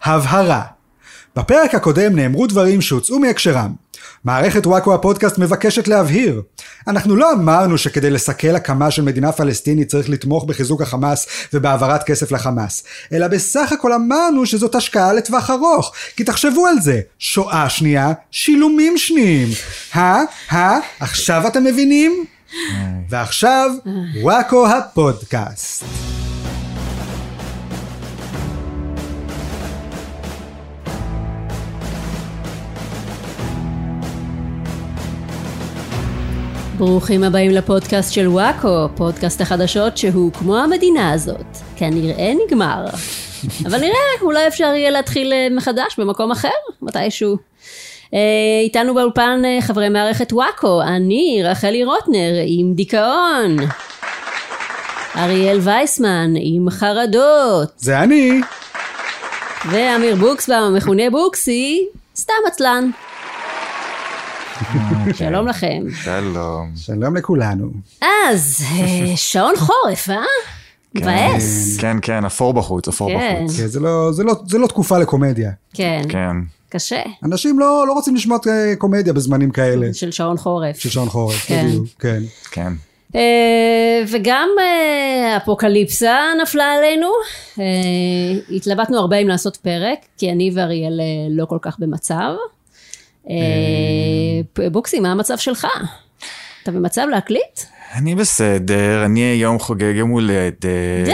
הבהרה. בפרק הקודם נאמרו דברים שהוצאו מהקשרם. מערכת וואקו הפודקאסט מבקשת להבהיר. אנחנו לא אמרנו שכדי לסכל הקמה של מדינה פלסטינית צריך לתמוך בחיזוק החמאס ובהעברת כסף לחמאס, אלא בסך הכל אמרנו שזאת השקעה לטווח ארוך. כי תחשבו על זה, שואה שנייה, שילומים שניים. עכשיו אתם מבינים? ועכשיו, וואקו הפודקאסט. ברוכים הבאים לפודקאסט של וואקו, פודקאסט החדשות שהוא כמו המדינה הזאת, כנראה נגמר. אבל נראה, אולי אפשר יהיה להתחיל מחדש במקום אחר, מתישהו. איתנו באולפן חברי מערכת וואקו, אני רחלי רוטנר עם דיכאון, אריאל וייסמן עם חרדות. זה אני. ואמיר בוקסבאום, המכונה בוקסי, סתם עצלן. שלום לכם. שלום. שלום לכולנו. אז, שעון חורף, מבאס. כן, כן, אפור בחוץ, אפור בחוץ. זה לא תקופה לקומדיה. כן, כן. קשה. אנשים לא רוצים לשמוע קומדיה בזמנים כאלה. של שעון חורף. של שעון חורף, בדיוק, כן. כן. וגם אפוקליפסה נפלה עלינו. התלבטנו הרבה אם לעשות פרק, כי אני ואריאל לא כל כך במצב. בוקסי, מה המצב שלך? אתה במצב להקליט? אני בסדר, אני היום חוגג יום הולדת. די!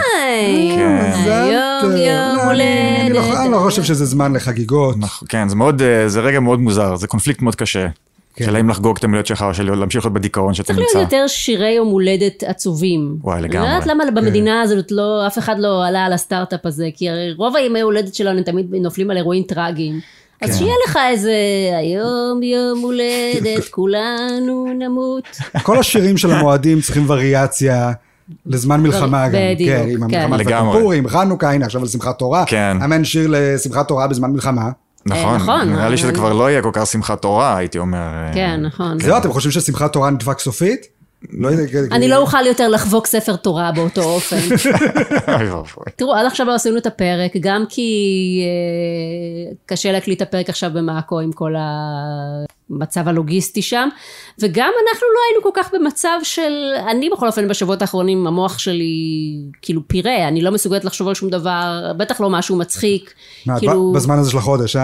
יום הולדת. אני לא חושב שזה זמן לחגיגות. כן, זה רגע מאוד מוזר, זה קונפליקט מאוד קשה. שאלה אם לחגוג את המולדת שלך או להמשיך להיות בדיכאון שאתה נמצא. צריך להיות יותר שירי יום הולדת עצובים. וואי, לגמרי. אני יודעת למה במדינה הזאת אף אחד לא עלה על הסטארט-אפ הזה, כי רוב הימי הולדת שלנו תמיד נופלים על אירועים טרגיים. אז שיהיה לך איזה, היום יום הולדת, כולנו נמות. כל השירים של המועדים צריכים וריאציה לזמן מלחמה גם. בדיוק, כן, עם המלחמה וכיפורים, חנוכה, הנה עכשיו על שמחת תורה. כן. אמן שיר לשמחת תורה בזמן מלחמה. נכון, נראה לי שזה כבר לא יהיה כל כך שמחת תורה, הייתי אומר. כן, נכון. זהו, אתם חושבים ששמחת תורה נדפק סופית? אני לא אוכל יותר לחבוק ספר תורה באותו אופן. תראו, עד עכשיו לא עשינו את הפרק, גם כי קשה להקליט את הפרק עכשיו במאקו עם כל המצב הלוגיסטי שם, וגם אנחנו לא היינו כל כך במצב של, אני בכל אופן בשבועות האחרונים, המוח שלי כאילו פירה, אני לא מסוגלת לחשוב על שום דבר, בטח לא משהו מצחיק. בזמן הזה של החודש,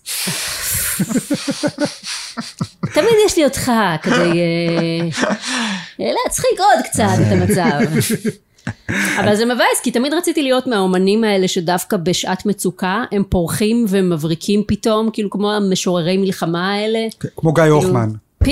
תמיד יש לי אותך כדי להצחיק עוד קצת את המצב. אבל זה מבאס, כי תמיד רציתי להיות מהאומנים האלה שדווקא בשעת מצוקה הם פורחים ומבריקים פתאום, כאילו כמו המשוררי מלחמה האלה. כמו גיא הוחמן.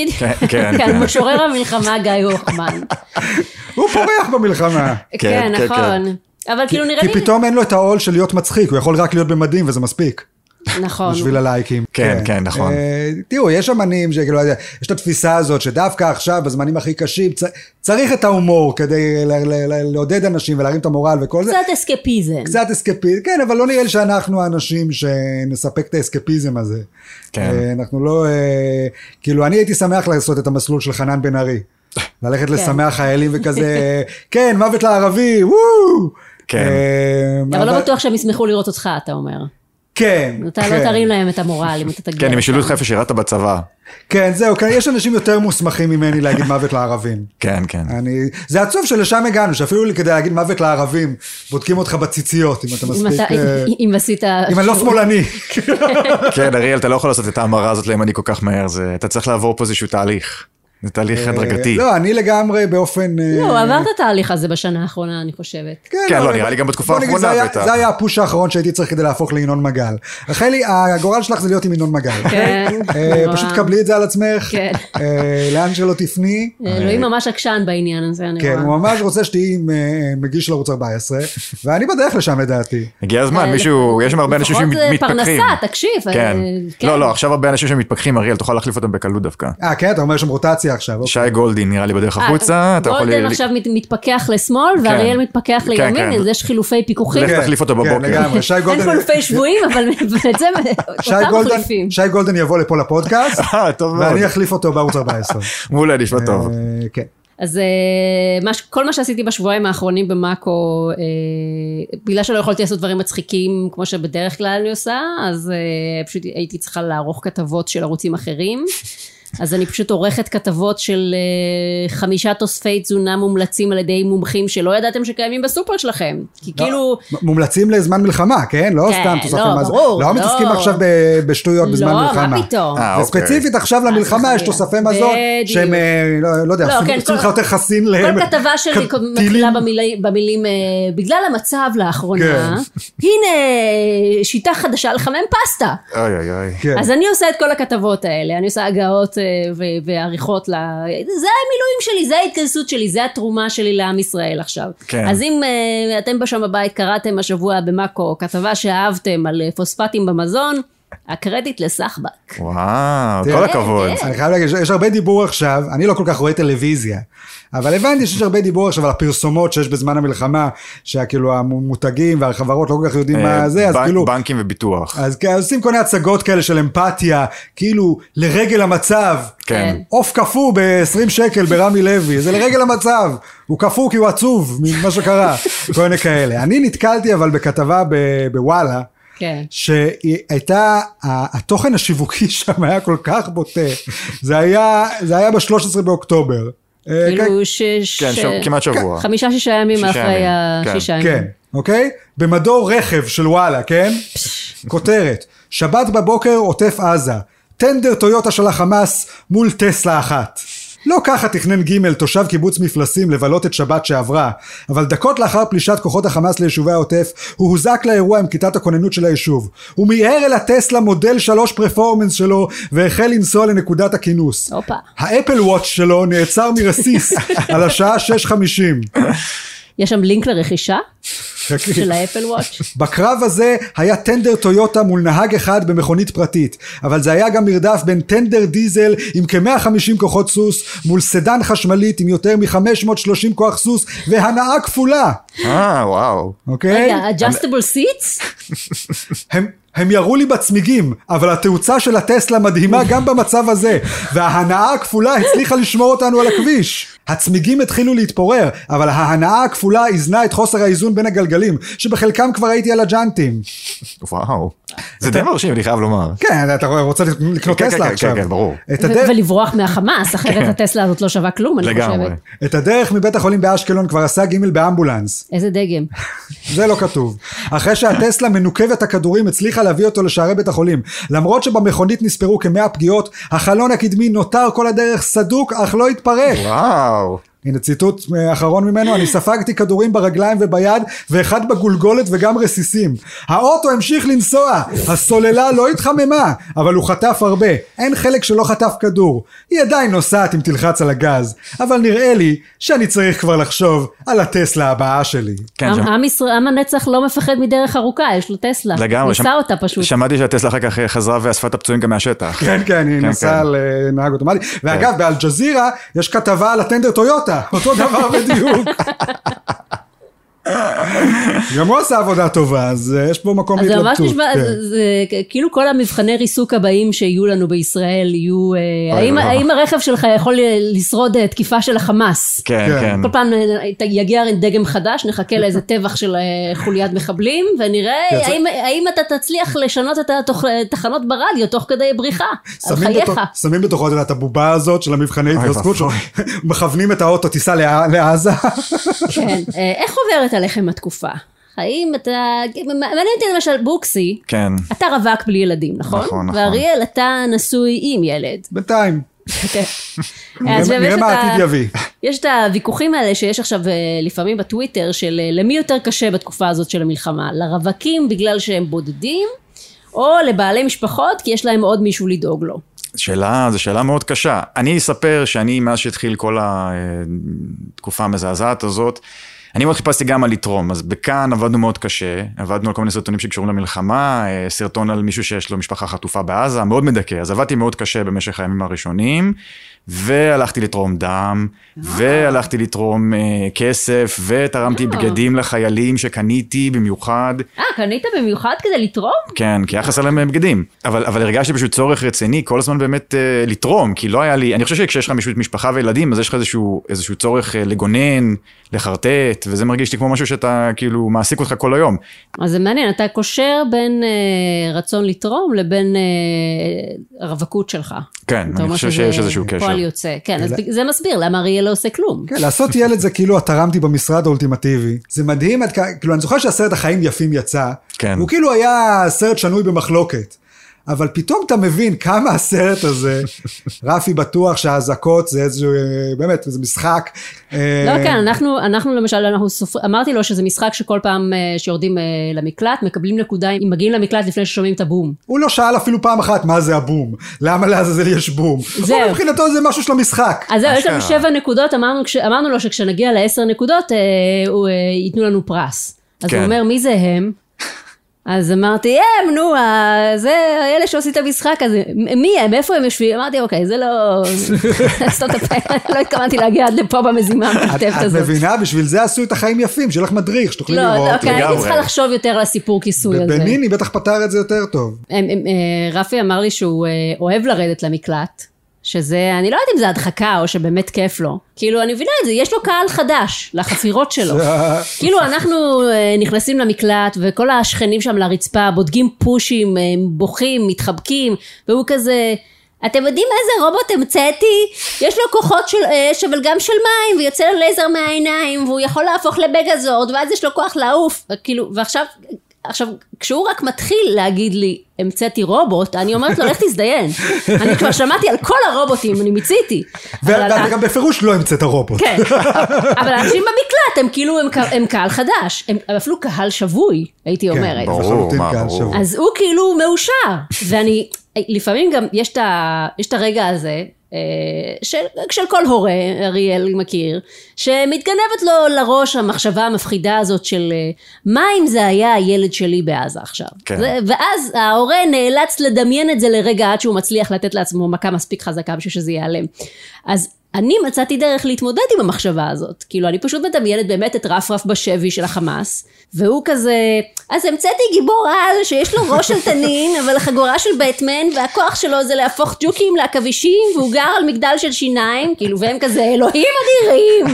כן, משורר המלחמה גיא הוחמן. הוא פורח במלחמה. כן, נכון. אבל כאילו נראה לי... כי פתאום אין לו את העול של להיות מצחיק, הוא יכול רק להיות במדים וזה מספיק. נכון. בשביל הלייקים. כן, כן, נכון. תראו, יש אמנים שכאילו, יש את התפיסה הזאת שדווקא עכשיו, בזמנים הכי קשים, צריך את ההומור כדי לעודד אנשים ולהרים את המורל וכל זה. קצת אסקפיזם. קצת אסקפיזם, כן, אבל לא נראה לי שאנחנו האנשים שנספק את האסקפיזם הזה. כן. אנחנו לא, כאילו, אני הייתי שמח לעשות את המסלול של חנן בן ארי. ללכת לשמח חיילים וכזה, כן, מוות לערבי, וואו! כן. אבל לא בטוח שהם ישמחו לראות אותך, אתה אומר. כן. אתה לא תרים להם את המורל, אם אתה תגיע. כן, הם ישאלו אותך איפה שירת בצבא. כן, זהו, יש אנשים יותר מוסמכים ממני להגיד מוות לערבים. כן, כן. זה עצוב שלשם הגענו, שאפילו כדי להגיד מוות לערבים, בודקים אותך בציציות, אם אתה מספיק... אם עשית... אם אני לא שמאלני. כן, אריאל, אתה לא יכול לעשות את ההמרה הזאת לימני כל כך מהר, אתה צריך לעבור פה איזשהו תהליך. זה תהליך הדרגתי. לא, אני לגמרי באופן... לא, עברת התהליך הזה בשנה האחרונה, אני חושבת. כן, לא, נראה לי גם בתקופה האחרונה. זה היה הפוש האחרון שהייתי צריך כדי להפוך לינון מגל. רחלי, הגורל שלך זה להיות עם ינון מגל. כן. פשוט קבלי את זה על עצמך. כן. לאן שלא תפני. אלוהים ממש עקשן בעניין הזה, אני רואה. כן, הוא ממש רוצה שתהיי מגיש של ערוץ 14, ואני בדרך לשם לדעתי. הגיע הזמן, מישהו, יש שם הרבה אנשים שמתפכחים. לפחות פרנסה, תקשיב. כן. לא, עכשיו הרבה אנשים שמתפכחים, אריאל, תוכל להחליף אותם בקלות דווקא. כן, אתה אומר שם רוטציה עכשיו. שי גולדין נראה לי בדרך החוצה. גולדין עכשיו מתפקח לשמאל, ואריאל מתפכח לימין, אז יש חילופי פיקוחים. לך תחליף אותו בבוקר. אין חילופי שבועים, אבל את זה אותם מחליפים. שי גולדין יבוא לפה לפודקאסט, ואני אחליף אותו בערוץ 14. מעולה, נשמע טוב. כן. אז כל מה שעשיתי בשבועיים האחרונים במאקו, בגלל שלא יכולתי לעשות דברים מצחיקים כמו שבדרך כלל אני עושה, אז פשוט הייתי צריכה לערוך כתבות של ערוצים אחרים, אז אני פשוט עורכת כתבות של 5 תוספי תזונה מומלצים על ידי מומחים שלא ידעתם שקיימים בסופר שלכם, כי כאילו... מומלצים לזמן מלחמה, כן? לא סתם תוספים. לא, ברור. לא מתעסקים עכשיו בשטויות בזמן מלחמה. לא, מה פתאום? וספציפית עכשיו למלחמה יש תוספי מזון שהם, לא יודע, עושים לך יותר חסין להם. כל כתבה שלי מתחילה במילים, בגלל המצב לאחרונה, הנה שיטה חדשה לחמם פסטה. אז אני עושה את כל הכתבות האלה, אני עושה הגאות ועריכות, זה המילואים שלי, זה ההתכנסות שלי, זה התרומה שלי לעם ישראל עכשיו. אז אם אתם בשם בבית קראתם השבוע במאקו כתבה שאהבתם על פוספטים במזון, הקרדיט לסחבק. וואו, כל הכבוד. אני חייב להגיד, יש הרבה דיבור עכשיו, אני לא כל כך רואה טלוויזיה, אבל הבנתי שיש הרבה דיבור עכשיו על הפרסומות שיש בזמן המלחמה, שכאילו המותגים והחברות לא כל כך יודעים מה זה, אז כאילו... בנקים וביטוח. אז עושים כל מיני הצגות כאלה של אמפתיה, כאילו לרגל המצב. כן. עוף קפוא ב-20 שקל ברמי לוי, זה לרגל המצב. הוא קפוא כי הוא עצוב ממה שקרה. כל מיני כאלה. אני נתקלתי אבל בכתבה בוואלה, שהייתה, התוכן השיווקי שם היה כל כך בוטה, זה היה ב-13 באוקטובר. כאילו כמעט שבוע. 5-6 ימים אחרי ה6 ימים. כן, אוקיי? במדור רכב של וואלה, כן? כותרת, שבת בבוקר עוטף עזה, טנדר טויוטה של החמאס מול טסלה אחת. לא ככה תכנן ג' תושב קיבוץ מפלסים לבלות את שבת שעברה, אבל דקות לאחר פלישת כוחות החמאס ליישובי העוטף, הוא הוזק לאירוע עם כיתת הכוננות של היישוב. הוא מיהר אל הטסלה מודל 3 פרפורמנס שלו, והחל לנסוע לנקודת הכינוס. האפל וואץ' שלו נעצר מרסיס על השעה 6:50. יש שם לינק לרכישה של האפל וואץ'. בקרב הזה היה טנדר טויוטה מול נהג אחד במכונית פרטית, אבל זה היה גם מרדף בין טנדר דיזל עם כ-150 כוחות סוס, מול סדן חשמלית עם יותר מ-530 כוח סוס, והנאה כפולה. וואו. אוקיי? רגע, adjustable seats? הם יראו לי בצמיגים, אבל התאוצה של הטסלה מדהימה גם במצב הזה, וההנאה הכפולה הצליחה לשמור אותנו על הכביש. הצמיגים התחילו להתפורר, אבל ההנאה הכפולה הזנה את חוסר האיזון בין הגלגלים, שבחלקם כבר הייתי על הג'אנטים. וואו, זה די מרשים, אני חייב לומר. כן, אתה רוצה לקנות טסלה עכשיו. כן, ברור. ולברוח מהחמאס, אחרת הטסלה הזאת לא שווה כלום, אני חושבת. את הדרך מבית החולים באשקלון כבר עשה ג' באמבולנס. איזה דגם? זה לא כתוב. אחרי שהטסלה מנוקבת הכדורים הצליחה להביא אותו לשערי בית החולים. למרות שבמכונית נספרו כ100 פגיעות, החלון הקדמי נותר כל הדרך סדוק אך לא התפרק. וואו. הנה ציטוט אחרון ממנו, אני ספגתי כדורים ברגליים וביד ואחד בגולגולת וגם רסיסים. האוטו המשיך לנסוע, הסוללה לא התחממה, אבל הוא חטף הרבה, אין חלק שלא חטף כדור. היא עדיין נוסעת אם תלחץ על הגז, אבל נראה לי שאני צריך כבר לחשוב על הטסלה הבאה שלי. עם הנצח לא מפחד מדרך ארוכה, יש לו טסלה. לגמרי. ניסה אותה פשוט. שמעתי שהטסלה אחר כך חזרה ואספה את הפצועים גם מהשטח. כן, היא נסעה על נהג אוטומטי. ואגב, באל-ג'זירה יש כתבה על הטנדר טויוטה. אותו דבר בדיוק. גם הוא עשה עבודה טובה, אז יש פה מקום להתלבטות. אז ממש נשמע, כאילו כל המבחני ריסוק הבאים שיהיו לנו בישראל יהיו, האם הרכב שלך יכול לשרוד תקיפה של החמאס? כן. כל פעם יגיע דגם חדש, נחכה לאיזה טבח של חוליית מחבלים, ונראה האם אתה תצליח לשנות את התחנות ברדיו תוך כדי בריחה, על חייך. שמים בתוכו את הבובה הזאת של המבחני התרסקות, מכוונים את האוטו, תיסע לעזה. כן, איך עוברת עליכם התקופה? האם אתה, מעניין אותי למשל בוקסי, כן. אתה רווק בלי ילדים, נכון? נכון. ואריאל, אתה נשוי עם ילד. בינתיים. נראה מה העתיד יביא. יש את הוויכוחים האלה שיש עכשיו לפעמים בטוויטר, של למי יותר קשה בתקופה הזאת של המלחמה, לרווקים בגלל שהם בודדים, או לבעלי משפחות כי יש להם עוד מישהו לדאוג לו. זו שאלה מאוד קשה. אני אספר שאני מאז שהתחיל כל התקופה המזעזעת הזאת, אני מאוד חיפשתי גם על לתרום, אז בכאן עבדנו מאוד קשה, עבדנו על כל מיני סרטונים שקשורים למלחמה, סרטון על מישהו שיש לו משפחה חטופה בעזה, מאוד מדכא, אז עבדתי מאוד קשה במשך הימים הראשונים, והלכתי לתרום דם, והלכתי לתרום כסף, ותרמתי בגדים לחיילים שקניתי במיוחד. קנית במיוחד כדי לתרום? כן, כי היה חסר להם בגדים. אבל הרגשתי פשוט צורך רציני, כל הזמן באמת לתרום, כי לא היה לי, אני חושב שכשיש לך משפחה וילדים, אז יש לך איזשהו צורך לגונן, לחרטט, וזה מרגיש לי כמו משהו שאתה כאילו מעסיק אותך כל היום. אז זה מעניין, אתה קושר בין רצון לתרום לבין הרווקות שלך. כן, אני חושב שיש איזשהו קשר. פועל יוצא, כן, אז זה מסביר למה אריאל לא עושה כלום. כן, לעשות ילד זה כאילו התרמתי במשרד האולטימטיבי. זה מדהים, כאילו אני זוכר שהסרט החיים יפים יצא, הוא כאילו היה סרט שנוי במחלוקת. אבל פתאום אתה מבין כמה הסרט הזה, רפי בטוח שההזקות זה איזשהו, באמת, זה משחק. לא, כן, אנחנו למשל, אמרתי לו שזה משחק שכל פעם שיורדים למקלט, מקבלים נקודה, אם מגיעים למקלט לפני ששומעים את הבום. הוא לא שאל אפילו פעם אחת מה זה הבום, למה לעזאזל יש בום. הוא מבחינתו זה משהו של המשחק. אז זהו, יש לנו 7 נקודות, אמרנו לו שכשנגיע ל10 נקודות, ייתנו לנו פרס. אז הוא אומר, מי זה הם? אז אמרתי, נו, זה אלה שעושים את המשחק הזה, מי הם, איפה הם יושבים? אמרתי, אוקיי, זה לא, לא התכוונתי להגיע עד לפה במזימה המכתבת הזאת. את מבינה, בשביל זה עשו את החיים יפים, שיהיה לך מדריך, שתוכלי לראות. לא, אוקיי, הייתי צריכה לחשוב יותר על הסיפור כיסוי הזה. בניני בטח פתר את זה יותר טוב. רפי אמר לי שהוא אוהב לרדת למקלט, שזה, אני לא יודעת אם זה הדחקה או שבאמת כיף לו. כאילו, אני מבינה את זה, יש לו קהל חדש לחפירות שלו. כאילו, אנחנו נכנסים למקלט, וכל השכנים שם לרצפה, בודקים פושים, בוכים, מתחבקים, והוא כזה, אתם יודעים איזה רובוט המצאתי? יש לו כוחות של אש, אבל גם של מים, ויוצא לו לייזר מהעיניים, והוא יכול להפוך לבגזורד, ואז יש לו כוח לעוף. כאילו, עכשיו, כשהוא רק מתחיל להגיד לי, המצאתי רובוט, אני אומרת לו, לך תזדיין. אני כבר שמעתי על כל הרובוטים, אני מציתי. ואתה גם בפירוש לא המצאת הרובוט. כן, אבל אנשים במקלט, הם כאילו, הם קהל חדש, הם אפילו קהל שבוי, הייתי אומרת. ברור. אז הוא כאילו מאושר, ואני, לפעמים גם יש את הרגע הזה, של כל הורה, אריאל מכיר, שמתגנבת לו לראש המחשבה המפחידה הזאת של מה אם זה היה הילד שלי בעזה עכשיו. ואז ההורה נאלץ לדמיין את זה לרגע עד שהוא מצליח לתת לעצמו מכה מספיק חזקה בשביל שזה ייעלם. אז אני מצאתי דרך להתמודד עם המחשבה הזאת. כאילו, אני פשוט מדמיינת באמת את רף בשבי של החמאס, והוא כזה, אז המצאתי גיבור על שיש לו ראש של תנין, אבל החגורה של בטמן, והכוח שלו זה להפוך ג'וקים לעכבישים, והוא גר על מגדל של שיניים, כאילו, והם כזה, אלוהים אדירים.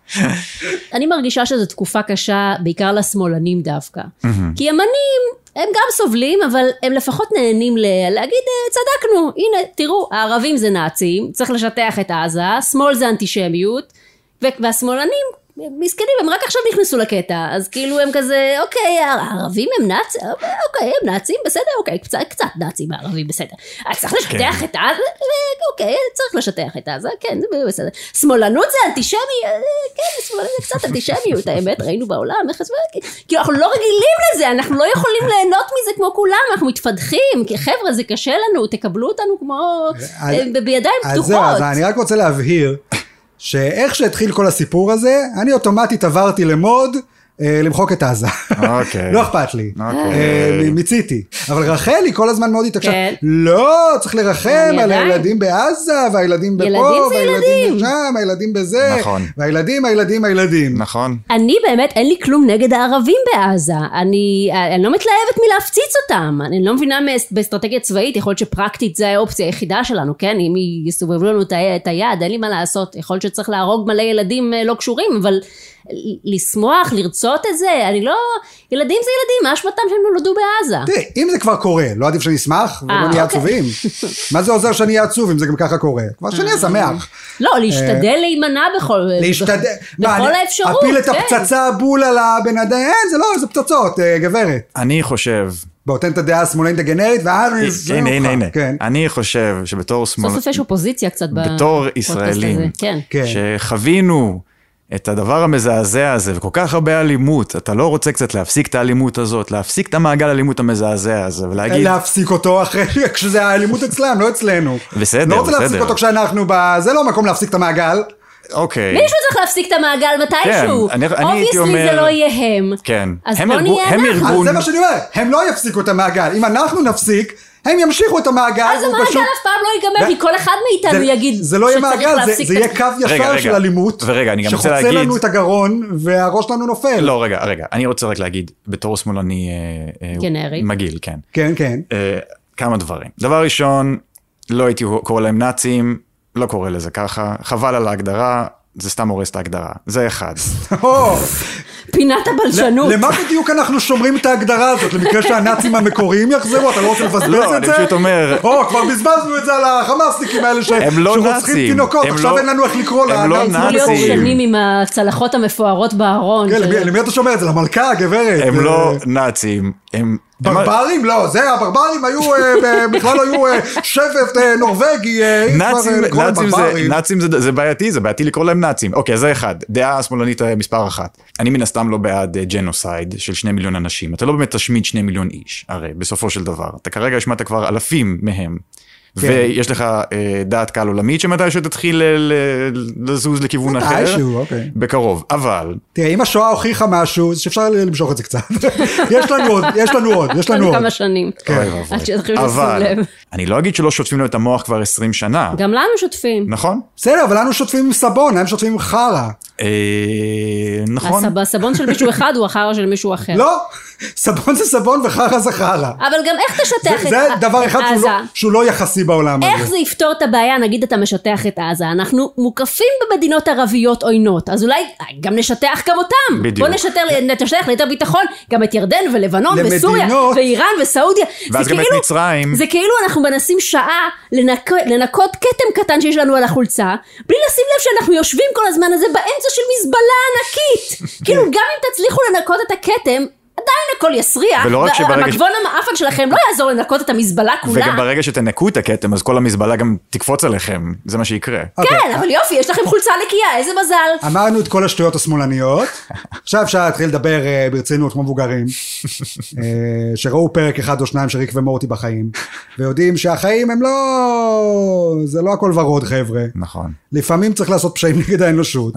אני מרגישה שזו תקופה קשה, בעיקר לשמאלנים דווקא. כי ימנים, הם גם סובלים, אבל הם לפחות נהנים להגיד, צדקנו, הנה, תראו, הערבים זה נאצים, צריך לשטח את עזה, שמאל זה אנטישמיות, והשמאלנים, מסכנים, הם רק עכשיו נכנסו לקטע, אז כאילו הם כזה, אוקיי, הערבים הם נאצים, אוקיי, הם נאצים, בסדר, אוקיי, קצת נאצים הערבים, בסדר. אז צריך לשטח את עזה, אוקיי, צריך לשטח את עזה, כן, זה בסדר. שמאלנות זה אנטישמי, כן, שמאלנות זה קצת אנטישמיות, האמת, ראינו בעולם, כאילו אנחנו לא רגילים לזה, אנחנו לא יכולים ליהנות מזה כמו כולם, אנחנו מתפדחים, כי חבר'ה, זה קשה לנו, תקבלו אותנו כמו בידיים פתוחות. אז אני רק רוצה להבהיר, שאיך שהתחיל כל הסיפור הזה, אני אוטומטית עברתי למוד, למחוק את עזה. לא אכפת לי. מיציתי. אבל רחלי כל הזמן מאוד התעקשה. לא, צריך לרחם על הילדים בעזה, והילדים בפה, והילדים שם, והילדים בזה. והילדים. נכון. אני באמת, אין לי כלום נגד הערבים בעזה. אני לא מתלהבת מלהפציץ אותם. אני לא מבינה באסטרטגיה צבאית, יכול להיות שפרקטית זה האופציה היחידה שלנו, כן? אם יסובבו לנו את היד, אין לי מה לעשות. יכול להיות שצריך להרוג מלא ילדים לא קשורים, אבל לשמוח, לרצות את זה, אני לא, ילדים זה ילדים, מה אשמתם שהם נולדו בעזה? תראי, אם זה כבר קורה, לא עדיף שאני אשמח ולא נהיה עצובים. מה זה עוזר שאני אהיה עצוב אם זה גם ככה קורה? כבר שאני אשמח. לא, להשתדל להימנע בכל האפשרות. אפיל את הפצצה בול על הבן אדם, זה לא, זה פצצות, גברת. אני חושב בוא, תן את הדעה השמאלנית הגנרית, הנה. אני חושב שבתור שמאל... סוף יש אופוזיציה קצת בתור ישראלים, שחווינו את הדבר המזעזע הזה, וכל כך הרבה אלימות, אתה לא רוצה קצת להפסיק את האלימות הזאת, להפסיק את המעגל האלימות המזעזע הזה, ולהגיד... להפסיק אותו אחרי, כשזה האלימות אצלם, לא אצלנו. בסדר. לא רוצה להפסיק אותו כשאנחנו זה לא מקום להפסיק את המעגל. אוקיי. מישהו צריך להפסיק את המעגל מתישהו. כן, אני הייתי אומר... אובייסלי זה לא יהיה הם. כן. אז בוא נהיה אנחנו. זה מה שאני אומר, הם לא יפסיקו את המעגל. אם אנחנו נפסיק, הם ימשיכו את המעגל. אז המעגל אף פעם לא ייגמר, כי כל אחד מאיתנו יגיד זה לא יהיה מעגל, זה יהיה קו ישר של אלימות, שחוצה לנו את הגרון, והראש שלנו נופל. לא, רגע, אני רוצה רק להגיד, בתור שמאלני גנרי. מגעיל, כן. כן, כן. כמה דברים. דבר ראשון, לא הייתי קורא להם נאצים, לא קורא לזה ככה, חבל על ההגדרה, זה סתם הורס את ההגדרה. זה אחד. פינת הבלשנות. למה בדיוק אנחנו שומרים את ההגדרה הזאת? למקרה שהנאצים המקוריים יחזרו, אתה לא רוצה לבזבז את זה? לא, אני פשוט אומר... כבר בזבזנו את זה על החמאסניקים האלה שרוצחים תינוקות, עכשיו אין לנו איך לקרוא לה. הם לא נאצים. להיות שנים עם הצלחות המפוארות בארון. כן, למי אתה שומע את זה? למלכה, הגברת. הם לא נאצים, הם... ברברים? לא, זה הברברים היו, בכלל היו שבט נורווגי. נאצים זה בעייתי, זה בעייתי לקרוא להם נאצים. אוקיי, זה אחד, דעה שמאלנית מספר אחת. אני מן הסתם לא בעד ג'נוסייד של 2 מיליון אנשים, אתה לא באמת תשמיד 2 מיליון איש, הרי בסופו של דבר. אתה כרגע השמעת כבר אלפים מהם. ויש לך דעת קהל עולמית שמתי שתתחיל לזוז לכיוון אחר, בקרוב, אבל... תראה, אם השואה הוכיחה משהו, אז שאפשר למשוך את זה קצת. יש לנו עוד. כמה שנים. אבל, אני לא אגיד שלא שוטפים לו את המוח כבר 20 שנה. גם לנו שוטפים. נכון? בסדר, אבל לנו שוטפים עם סבון, הם שוטפים עם חרה. נכון. הסבון של מישהו אחד הוא החרה של מישהו אחר. לא, סבון זה סבון וחרה זה חרה. אבל גם איך תשטח את עזה? זה דבר אחד שהוא לא יחסי בעולם הזה. איך זה יפתור את הבעיה? נגיד אתה משטח את עזה, אנחנו מוקפים במדינות ערביות עוינות, אז אולי גם נשטח גם אותם. בדיוק. בוא נשטח ליתר ביטחון גם את ירדן ולבנון וסוריה ואיראן וסעודיה. ואז גם את מצרים. זה כאילו אנחנו מנסים שעה לנקות כתם קטן שיש לנו על החולצה, בלי לשים לב שאנחנו יושבים כל הזמן הזה באמצע של מזבלה ענקית. כאילו גם אם תצליחו לנקות את הכתם, עדיין הכל יסריח, והמגבון המאפן שלכם לא יעזור לנקות את המזבלה כולה. וגם ברגע שתנקו את הכתם, אז כל המזבלה גם תקפוץ עליכם, זה מה שיקרה. כן, אבל יופי, יש לכם חולצה נקייה, איזה מזל. אמרנו את כל השטויות השמאלניות, עכשיו אפשר להתחיל לדבר ברצינות כמו מבוגרים, שראו פרק אחד או שניים של ריק ומורטי בחיים, ויודעים שהחיים הם לא... זה לא הכל ורוד, חבר'ה. נכון. לפעמים צריך לעשות פשעים נגד האנושות.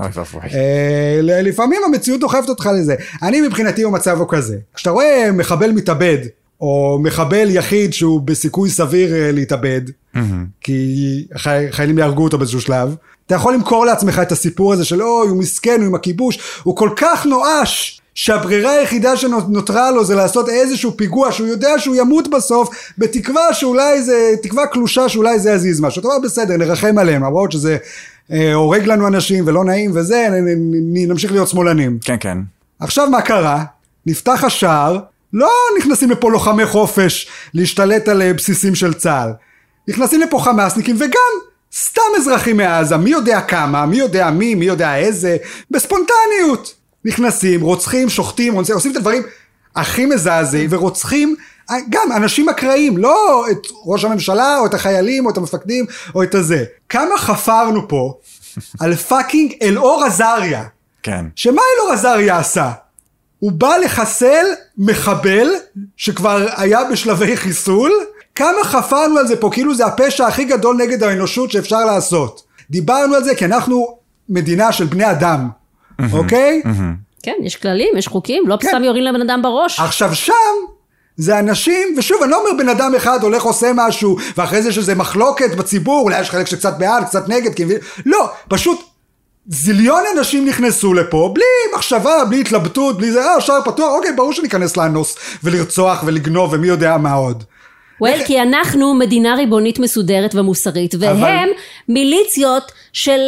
לפעמים המציאות דוחפת אותך לזה. אני מבחינתי במצב הוא כזה. כשאתה רואה מחבל מתאבד, או מחבל יחיד שהוא בסיכוי סביר להתאבד, כי חיילים יהרגו אותו באיזשהו שלב, אתה יכול למכור לעצמך את הסיפור הזה של אוי, הוא מסכן, הוא עם הכיבוש, הוא כל כך נואש, שהברירה היחידה שנותרה לו זה לעשות איזשהו פיגוע, שהוא יודע שהוא ימות בסוף, בתקווה שאולי זה, תקווה קלושה שאולי זה יזיז משהו. אתה אומר בסדר, נרחם עליהם, למרות שזה הורג לנו אנשים ולא נעים וזה, נמשיך להיות שמאלנים. כן, כן. עכשיו מה קרה? נפתח השער, לא נכנסים לפה לוחמי חופש להשתלט על בסיסים של צה"ל. נכנסים לפה חמאסניקים וגם סתם אזרחים מעזה, מי יודע כמה, מי יודע מי יודע איזה, בספונטניות. נכנסים, רוצחים, שוחטים, עושים את הדברים הכי מזעזעים ורוצחים גם אנשים אקראיים, לא את ראש הממשלה או את החיילים או את המפקדים או את הזה. כמה חפרנו פה על פאקינג אלאור עזריה. כן. שמה אלאור עזריה עשה? הוא בא לחסל מחבל שכבר היה בשלבי חיסול. כמה חפרנו על זה פה, כאילו זה הפשע הכי גדול נגד האנושות שאפשר לעשות. דיברנו על זה כי אנחנו מדינה של בני אדם, אוקיי? כן, יש כללים, יש חוקים, לא סתם יורים לבן אדם בראש. עכשיו שם זה אנשים, ושוב אני לא אומר בן אדם אחד הולך עושה משהו, ואחרי זה שזה מחלוקת בציבור, אולי יש חלק שקצת בעד, קצת נגד, לא, פשוט זיליון אנשים נכנסו לפה, בלי מחשבה, בלי התלבטות, בלי זה, שער פתוח, אוקיי, ברור שניכנס לאנוס, ולרצוח ולגנוב, ומי יודע מה עוד. כי אנחנו מדינה ריבונית מסודרת ומוסרית, והם מיליציות של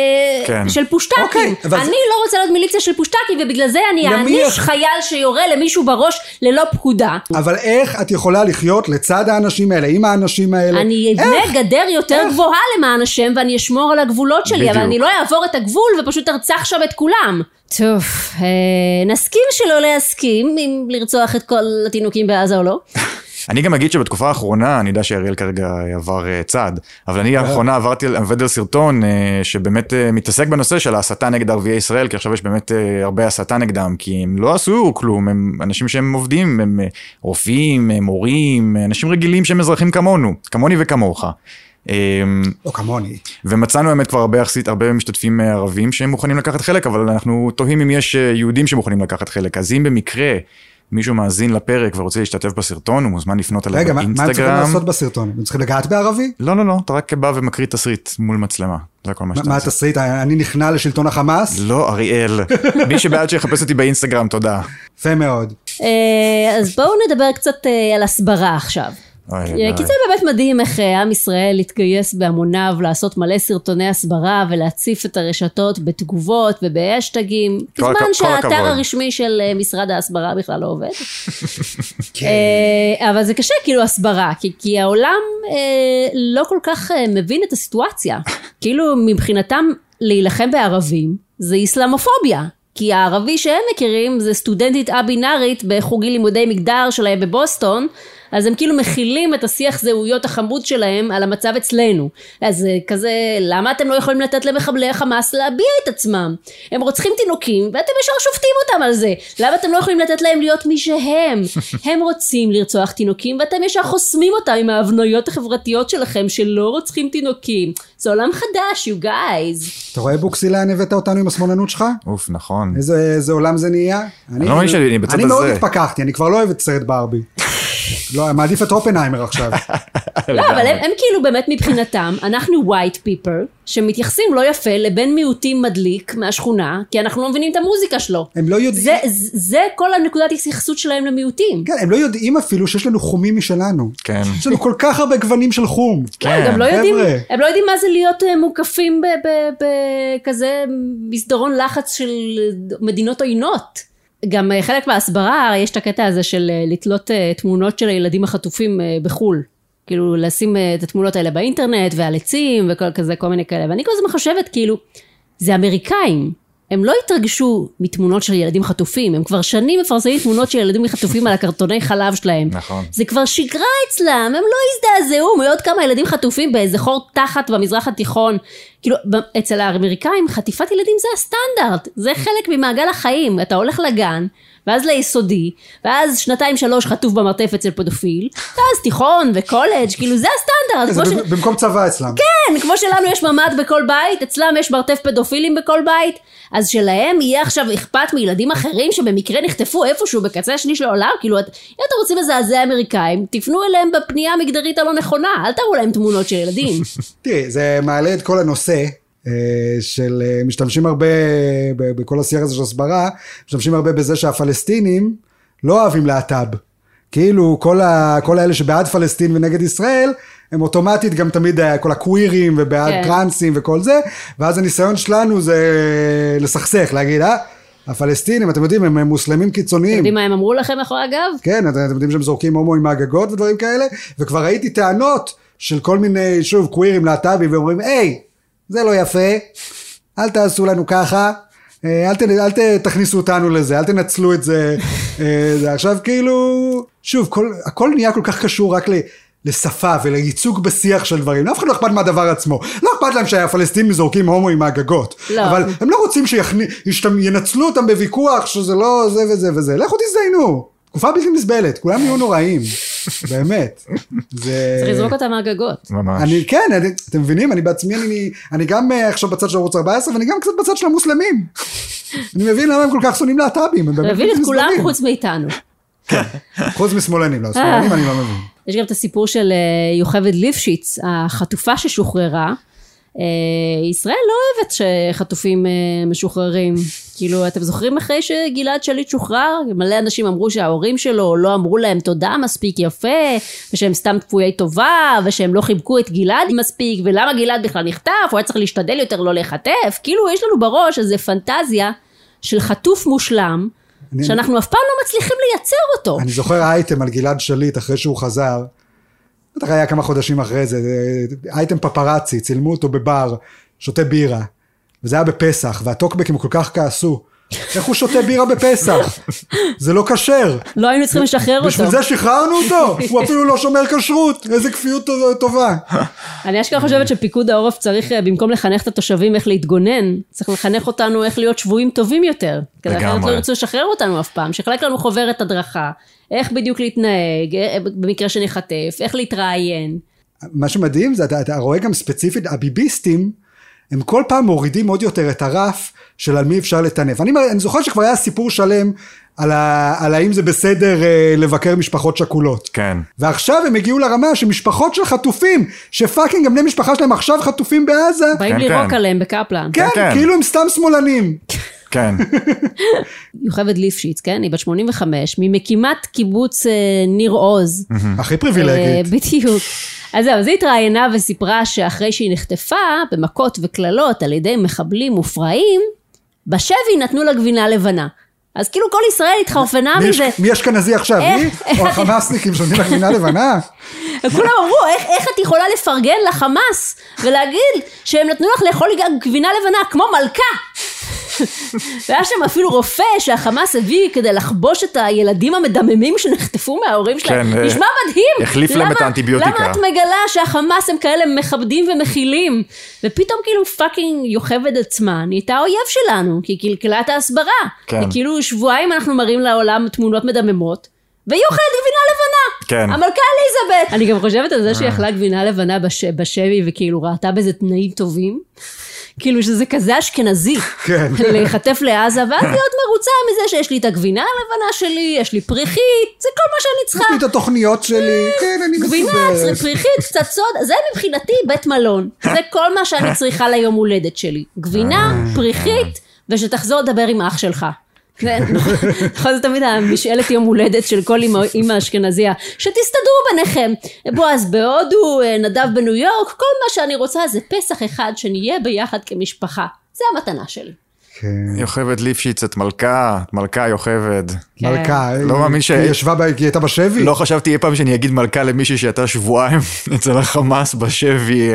פושטקים. אני לא רוצה להיות מיליציה של פושטקים, ובגלל זה אני אעניש חייל שיורה למישהו בראש ללא פקודה. אבל איך את יכולה לחיות לצד האנשים האלה, עם האנשים האלה? אני אבנה גדר יותר גבוהה למען השם, ואני אשמור על הגבולות שלי, אבל אני לא אעבור את הגבול ופשוט ארצח שם את כולם. טוב, נסכים שלא להסכים אם לרצוח את כל התינוקים בעזה או לא. אני גם אגיד שבתקופה האחרונה, אני יודע שאריאל כרגע עבר צעד, אבל אני האחרונה עבד על סרטון שבאמת מתעסק בנושא של ההסתה נגד ערביי ישראל, כי עכשיו יש באמת הרבה הסתה נגדם, כי הם לא עשו כלום, הם אנשים שהם עובדים, הם רופאים, מורים, אנשים רגילים שהם אזרחים כמונו, כמוני וכמוך. לא כמוני. ומצאנו באמת כבר הרבה משתתפים ערבים שהם מוכנים לקחת חלק, אבל אנחנו תוהים אם יש יהודים שמוכנים לקחת חלק. אז אם במקרה מישהו מאזין לפרק ורוצה להשתתף בסרטון, הוא מוזמן לפנות אליו באינסטגרם. רגע, מה הם צריכים לעשות בסרטון? הם צריכים לגעת בערבי? לא, אתה רק בא ומקריא תסריט מול מצלמה. זה הכל מה שאתה מה התסריט? אני נכנע לשלטון החמאס? לא, אריאל. מי שבעד שיחפש אותי באינסטגרם, תודה. יפה מאוד. אז בואו נדבר קצת על הסברה עכשיו. כי זה באמת מדהים איך עם ישראל להתגייס בהמוניו, לעשות מלא סרטוני הסברה ולהציף את הרשתות בתגובות ובהשטגים, בזמן שהאתר הרשמי של משרד ההסברה בכלל לא עובד. אבל זה קשה כאילו הסברה, כי העולם לא כל כך מבין את הסיטואציה. כאילו מבחינתם להילחם בערבים זה איסלאמופוביה. כי הערבי שהם מכירים זה סטודנטית א-בינארית בחוגי לימודי מגדר שלהם בבוסטון, אז הם כאילו מכילים את השיח זהויות החמוד שלהם על המצב אצלנו. אז כזה, למה אתם לא יכולים לתת למחבלי החמאס להביע את עצמם? הם רוצחים תינוקים ואתם ישר שופטים אותם על זה. למה אתם לא יכולים לתת להם להיות מי שהם? הם רוצים לרצוח תינוקים ואתם ישר חוסמים אותם עם ההבנויות החברתיות שלכם שלא רוצחים תינוקים. זה עולם חדש, you guys. אתה רואה בוקסילה, הבאת אותנו עם השמאלנות שלך? אוף, נכון. איזה עולם זה נהיה? אני מאוד התפקחתי, אני כבר לא אוהב את סרט ברבי. לא, מעדיף את אופנהיימר עכשיו. לא, אבל הם כאילו באמת מבחינתם, אנחנו white people, שמתייחסים לא יפה לבן מיעוטים מדליק מהשכונה, כי אנחנו לא מבינים את המוזיקה שלו. הם לא יודעים. זה כל הנקודת התייחסות שלהם למיעוטים. כן, הם לא יודעים אפילו שיש לנו חומים משלנו. כן. יש לנו כל כך הרבה גוונים של חום. כן, הם לא יודעים מה זה להיות מוקפים בכזה מסדרון לחץ של מדינות עוינות. גם חלק מההסברה, יש את הקטע הזה של לתלות תמונות של הילדים החטופים בחול. כאילו לשים את התמונות האלה באינטרנט ועל עצים וכל כזה, כל מיני כאלה. ואני כל הזמן חושבת כאילו, זה אמריקאים. הם לא התרגשו מתמונות של ילדים חטופים, הם כבר שנים מפרסמים תמונות של ילדים חטופים על הקרטוני חלב שלהם. נכון. זה כבר שגרה אצלם, הם לא הזדעזעו מעוד כמה ילדים חטופים באיזה חור תחת במזרח התיכון. כאילו, אצל האמריקאים חטיפת ילדים זה הסטנדרט, זה חלק ממעגל החיים, אתה הולך לגן, ואז ליסודי, ואז 2-3 חטוף במרתף אצל פדופיל, ואז תיכון וקולג', כאילו זה הסטנדרט. במקום צבא אצלם. כן, כמו שלנו יש ממד בכל בית, אצלם יש מרתף פדופילים בכל בית, אז שלהם יהיה עכשיו אכפת מילדים אחרים שבמקרה נחטפו איפשהו בקצה השני של העולם, כאילו אם אתם רוצים לזעזע אמריקאים, תפנו אליהם בפנייה המגדרית הלא נכונה, אל תראו להם תמונות של ילדים. תראי, זה מעלה את כל הנושא, של משתמשים הרבה בכל השיח הזה של הסברה, משתמשים הרבה בזה שהפלסטינים לא אוהבים להט"ב. כאילו כל האלה שבעד פלסטין ונגד ישראל, הם אוטומטית גם תמיד כל הקווירים ובעד טרנסים וכל זה, ואז הניסיון שלנו זה לסכסך, להגיד, הפלסטינים, אתם יודעים, הם מוסלמים קיצוניים. אתם יודעים מה הם אמרו לכם אחרי הגב? כן, אתם יודעים שהם זורקים הומואים מהגגות ודברים כאלה, וכבר ראיתי טענות של כל מיני, שוב, קווירים להט"בים, ואומרים, היי, זה לא יפה, אל תעשו לנו ככה, אל תכניסו אותנו לזה, אל תנצלו את זה. עכשיו כאילו, שוב, הכל נהיה כל כך קשור רק לשפה ולייצוג בשיח של דברים. אף אחד לא אכפת מהדבר עצמו. לא אכפת להם שהפלסטינים זורקים הומואים מהגגות. אבל הם לא רוצים שינצלו אותם בוויכוח שזה לא זה וזה וזה. לכו תזדיינו. תקופה בלתי נסבלת, כולם יהיו נוראים. באמת. צריך לזרוק אותם מהגגות. ממש. כן, אתם מבינים, אני בעצמי, אני גם עכשיו בצד של ערוץ 14, ואני גם קצת בצד של המוסלמים. אני מבין למה הם כל כך שונאים להט"בים. מבין את כולם חוץ מאיתנו. חוץ משמאלנים, לא, שמאלנים אני לא מבין. יש גם את הסיפור של יוכבד ליפשיץ, החטופה ששוחררה. ישראל לא אוהבת שחטופים משוחררים. כאילו, אתם זוכרים אחרי שגלעד שליט שוחרר? מלא אנשים אמרו שההורים שלו לא אמרו להם תודה מספיק יפה, ושהם סתם תפויי טובה, ושהם לא חיבקו את גלעד מספיק, ולמה גלעד בכלל נחטף? הוא היה צריך להשתדל יותר לא להיחטף. כאילו, יש לנו בראש איזו פנטזיה של חטוף מושלם, שאנחנו אף פעם לא מצליחים לייצר אותו. אני זוכר אייטם על גלעד שליט אחרי שהוא חזר, בטח היה כמה חודשים אחרי זה, אייטם פפרצי, צילמו אותו בבר, שותה בירה, וזה היה בפסח, והטוקבקים כל כך כעסו, איך הוא שותה בירה בפסח? זה לא כשר. לא היינו צריכים לשחרר אותו. בשביל זה שחררנו אותו, הוא אפילו לא שומר כשרות, איזה כפיות טובה. אני אשכרה חושבת שפיקוד העורף צריך, במקום לחנך את התושבים איך להתגונן, צריך לחנך אותנו איך להיות שבויים טובים יותר. כדי אחרת לא ירצו לשחרר אותנו אף פעם, שחלק לנו חוברת הדרכה, איך בדיוק להתנהג, במקרה שנחטף, איך להתראיין. מה שמדהים זה, אתה רואה גם ספציפית, הביביסטים, הם כל פעם מורידים עוד יותר את הרף של על מי אפשר לטנף. אני זוכר שכבר היה סיפור שלם על האם זה בסדר לבקר משפחות שכולות. כן. ועכשיו הם הגיעו לרמה שמשפחות של חטופים, שפאקינג גם בני משפחה שלהם עכשיו חטופים בעזה. באים לירוק עליהם בקפלן. כן, כאילו הם סתם שמאלנים. כן. יוכבד ליפשיץ, כן? היא בת 85, ממקימת קיבוץ ניר עוז. הכי פריבילגית. בדיוק. אז זהו, אז היא התראיינה וסיפרה שאחרי שהיא נחטפה במכות וקללות על ידי מחבלים מופרעים, בשבי נתנו לה גבינה לבנה. אז כאילו כל ישראל התחרפנה מזה. מי אשכנזי עכשיו? מי? או החמאסניקים שנותנים לה גבינה לבנה? כולם אמרו, איך את יכולה לפרגן לחמאס ולהגיד שהם נתנו לך לאכול גבינה לבנה כמו מלכה? והיה שם אפילו רופא שהחמאס הביא כדי לחבוש את הילדים המדממים שנחטפו מההורים שלהם. כן, נשמע מדהים. החליף להם את האנטיביוטיקה. למה את מגלה שהחמאס הם כאלה מכבדים ומכילים? ופתאום כאילו פאקינג יוכבד עצמה נהייתה האויב שלנו, כי היא קלקלה את ההסברה. כן. וכאילו שבועיים אנחנו מראים לעולם תמונות מדממות, והיא אוכלת גבינה לבנה. כן. המלכה אליזבת. אני גם חושבת על זה שהיא אכלה גבינה לבנה בשבי וכאילו ראתה בזה תנאים טובים. כאילו שזה כזה אשכנזי, לחטף לעזה, ואז להיות מרוצה מזה שיש לי את הגבינה הלבנה שלי, יש לי פריחית, זה כל מה שאני צריכה. יש לי את התוכניות שלי, כן, אני מסוברת. גבינה, פריחית, פצצות, זה מבחינתי בית מלון. זה כל מה שאני צריכה ליום הולדת שלי. גבינה, פריחית, ושתחזור לדבר עם אח שלך. נכון, זה תמיד המשאלת יום הולדת של כל אמא אשכנזיה, שתסתדרו ביניכם, בועז בהודו, נדב בניו יורק, כל מה שאני רוצה זה פסח אחד שנהיה ביחד כמשפחה, זה המתנה שלי. יוכבד ליפשיץ, את מלכה יוכבד. מלכה, לא מאמין היא ישבה, היא הייתה בשבי? לא חשבתי אי פעם שאני אגיד מלכה למישהי שהייתה שבועיים אצל החמאס בשבי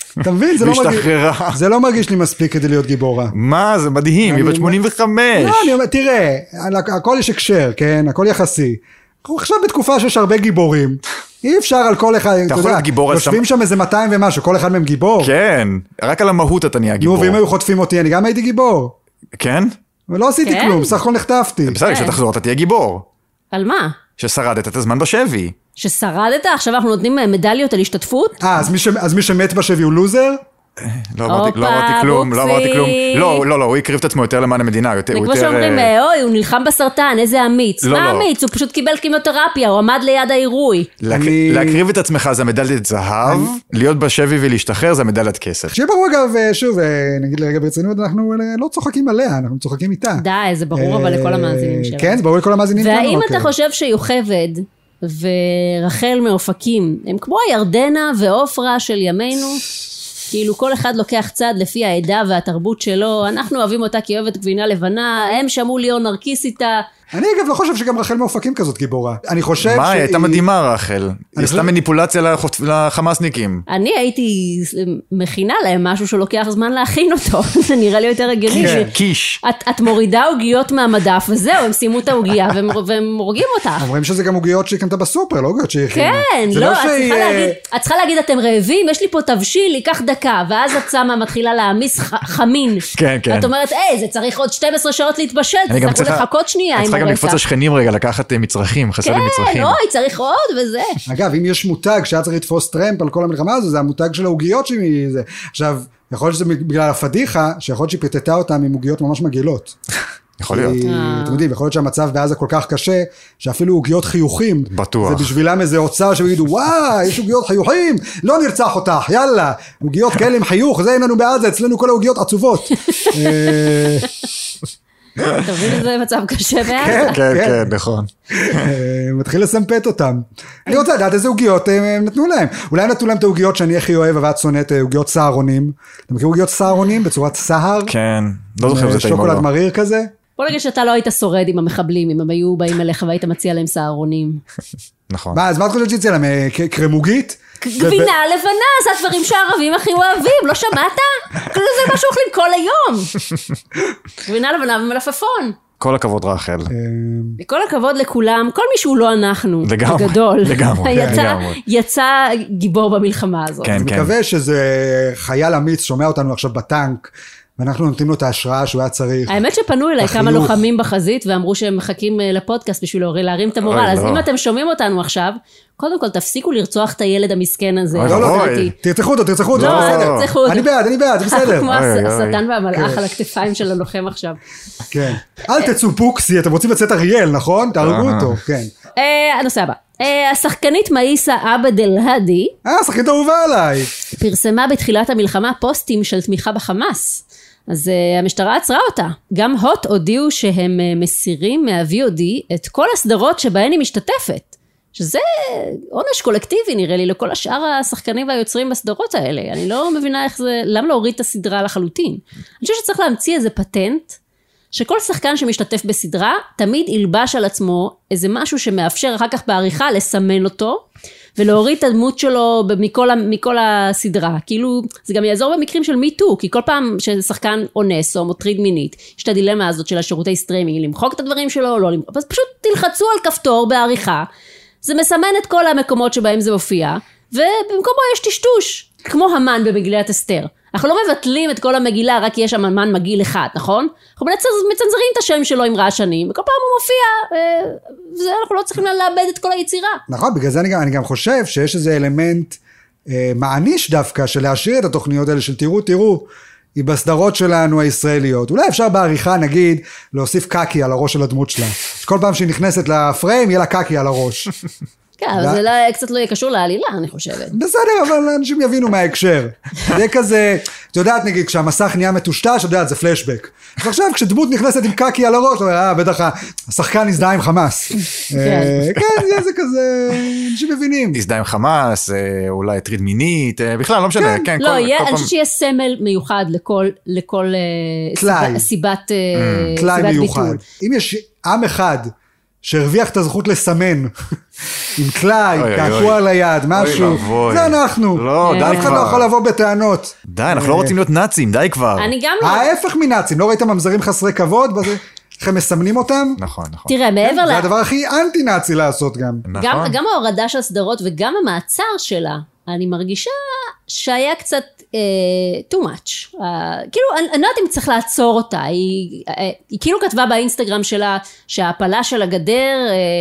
והשתחררה. זה לא מרגיש לי מספיק כדי להיות גיבורה. מה? זה מדהים, היא בת 85. לא, אני אומר, תראה, הכל יש הקשר, כן? הכל יחסי. אנחנו עכשיו בתקופה שיש הרבה גיבורים. אי אפשר על כל אחד, אתה יודע, יושבים שם איזה 200 ומשהו, כל אחד מהם גיבור. כן, רק על המהות אתה נהיה גיבור. נו, ואם היו חוטפים אותי, אני גם הייתי גיבור. כן? ולא עשיתי כלום, סך הכל נחטפתי. בסדר, כשתחזור אתה תהיה גיבור. על מה? ששרדת את הזמן בשבי. ששרדת? עכשיו אנחנו נותנים מדליות על השתתפות? אז מי שמת בשבי הוא לוזר? לא אמרתי כלום. לא, הוא הקריב את עצמו יותר למען המדינה. כמו שאומרים, אוי, הוא נלחם בסרטן, איזה אמיץ. מה אמיץ? הוא פשוט קיבל כימותרפיה, הוא עמד ליד העירוי. להקריב את עצמך זה מדליית זהב, להיות בשבי ולהשתחרר זה מדליית כסף. שיהיה ברור אגב, שוב, נגיד לרגע ברצינות, אנחנו לא צוחקים עליה, אנחנו צוחקים איתה. די, זה ברור אבל לכל המאזינים שלנו. כן, זה ברור לכל המאזינים שלנו. והאם אתה חושב שיוכבד ורחל מאופקים, הם כמו הירדנה ואופרה של ימינו? כאילו כל אחד לוקח צד לפי העדה והתרבות שלו, אנחנו אוהבים אותה כי אוהבת גבינה לבנה, הם שמעו ליאור נרקיס איתה. אני אגב לא חושב שגם רחל מאופקים כזאת גיבורה. אני חושב מה, הייתה מדהימה רחל. היא עשתה מניפולציה לחמאסניקים. אני הייתי מכינה להם משהו שלוקח זמן להכין אותו. זה נראה לי יותר הגיוני. קיש. את מורידה עוגיות מהמדף וזהו, הם שימו את העוגיה והם הורגים אותך. אומרים שזה גם עוגיות שהיא קנתה בסופר, לא עוגיות שהיא הכינה. כן, לא, את צריכה להגיד אתם רעבים, יש לי פה תבשיל, ייקח דקה, ואז את שמה מתחילה להעמיס חמין. כן, כן. את אומרת, זה צריך עוד 12 שעות להתבשל, תצטרכו לחכות שנייה. גם לקפוץ השכנים רגע, לקחת מצרכים, חסר לי מצרכים. כן, אוי, צריך עוד וזה. אגב, אם יש מותג שהיה צריך לתפוס טרמפ על כל המלחמה הזו, זה המותג של העוגיות שהיא זה. עכשיו, יכול להיות שזה בגלל הפדיחה, שיכול להיות שהיא פיתתה אותם עם עוגיות ממש מגעילות. יכול להיות. אתם יודעים, יכול להיות שהמצב בעזה כל כך קשה, שאפילו עוגיות חיוכים. בטוח. זה בשבילם איזה הוצאה שיגידו, וואי, יש עוגיות חיוכים, לא נרצח אותך, יאללה. עוגיות כאלה עם חיוך, זה אין לנו בעזה, אצלנו כל העוגיות עצובות. תבין איזה מצב קשה בעזה. כן, נכון. מתחיל לסמפת אותם. אני רוצה לדעת איזה עוגיות הם נתנו להם. אולי נתנו להם את העוגיות שאני הכי אוהב, ואת שונאת עוגיות סהרונים. אתה מכיר עוגיות סהרונים בצורת סהר? כן, לא זוכר זה טעים או לא. שוקולד מריר כזה? בוא נגיד שאתה לא היית שורד עם המחבלים, אם הם היו באים אליך והיית מציע להם סהרונים. נכון. אז מה את חושבת שיציע להם? קרמוגית? גבינה לבנה, זה הדברים שהערבים הכי אוהבים, לא שמעת? כאילו זה מה שאוכלים כל היום. גבינה לבנה ומלפפון. כל הכבוד רחל. כל הכבוד לכולם, כל מי שהוא לא אנחנו, הגדול. לגמרי. יצא גיבור במלחמה הזאת. אני מקווה שזה חייל אמיץ שומע אותנו עכשיו בטנק, ואנחנו נותנים לו את ההשראה שהוא היה צריך. האמת שפנו אליי כמה לוחמים בחזית, ואמרו שהם מחכים לפודקאסט בשביל להרים את המורל, אז אם אתם שומעים אותנו עכשיו, קודם כל תפסיקו לרצוח את הילד המסכן הזה. לא, תרצחו אותו. לא, תרצחו אותו. אני בעד, זה בסדר. כמו השטן והמלאך על הכתפיים של הלוחם עכשיו. כן. אל תצאו פוקסי, אתם רוצים לצאת אריאל, נכון? תהרגו אותו, כן. הנושא הבא. השחקנית מאיסה עבד אל-האדי, שחקנית אהובה עליי. פרסמה בתחילת המלחמה פוסטים של תמיכה בחמאס. אז המשטרה עצרה אותה. גם הוט הודיעו שהם מסירים מה-VOD את כל הסדרות שבהן היא משתתפת. שזה עונש קולקטיבי נראה לי לכל השאר השחקנים והיוצרים בסדרות האלה. אני לא מבינה איך זה, למה להוריד את הסדרה לחלוטין. אני חושב שצריך להמציא איזה פטנט, שכל שחקן שמשתתף בסדרה, תמיד ילבש על עצמו איזה משהו שמאפשר אחר כך בעריכה לסמן אותו, ולהוריד את הדמות שלו מכל הסדרה. כאילו, זה גם יעזור במקרים של מיטו, כי כל פעם ששחקן אונס או מוטריד מינית, יש את הדילמה הזאת של השירותי סטרימינג, למחוק את הדברים שלו או לא למחוק, אז פשוט תלחצו על כפתור בעריכה, זה מסמן את כל המקומות שבהם זה מופיע, ובמקומו יש טשטוש, כמו המן במגילת אסתר. אנחנו לא מבטלים את כל המגילה, רק יש שם המן מגיל אחד, נכון? אנחנו מצנזרים את השם שלו עם רעשנים, וכל פעם הוא מופיע, אנחנו לא צריכים לאבד את כל היצירה. נכון, בגלל זה אני גם חושב שיש איזה אלמנט מעניש דווקא, של להשאיר את התוכניות האלה של תראו, היא בסדרות שלנו הישראליות. אולי אפשר בעריכה, נגיד, להוסיף קקי על הראש של הדמות שלה. כל פעם שהיא נכנסת לפריים, יהיה לה קקי על הראש. כן, אבל זה קצת לא יהיה קשור לעלילה, אני חושבת. בסדר, אבל אנשים יבינו מה ההקשר. זה כזה, את יודעת, נגיד, כשהמסך נהיה מטושטש, את יודעת, זה פלשבק. ועכשיו, כשדמות נכנסת עם קקי על הראש, בטח השחקן הזדהה עם חמאס. כן, זה כזה, אנשים מבינים. הזדהה עם חמאס, אולי הטריד מינית, בכלל, לא משנה. לא, אני חושב שיהיה סמל מיוחד לכל סיבת ביטול. אם יש עם אחד שהרוויח את הזכות לסמן עם טלאי, קעקוע על היד, משהו, זה אנחנו. לא, די כבר. אף אחד לא יכול לבוא בטענות. די, אנחנו לא רוצים להיות נאצים, די כבר. אני גם לא. ההפך מנאצים, לא ראיתם ממזרים חסרי כבוד, איך הם מסמנים אותם? נכון. תראה, מעבר זה הדבר הכי אנטי נאצי לעשות גם. גם ההורדה של הסדרות וגם המעצר שלה, אני מרגישה שהיה קצת too much. כאילו, אני לא יודעת אם צריך לעצור אותה. היא כאילו כתבה באינסטגרם שלה שההפלה של הגדר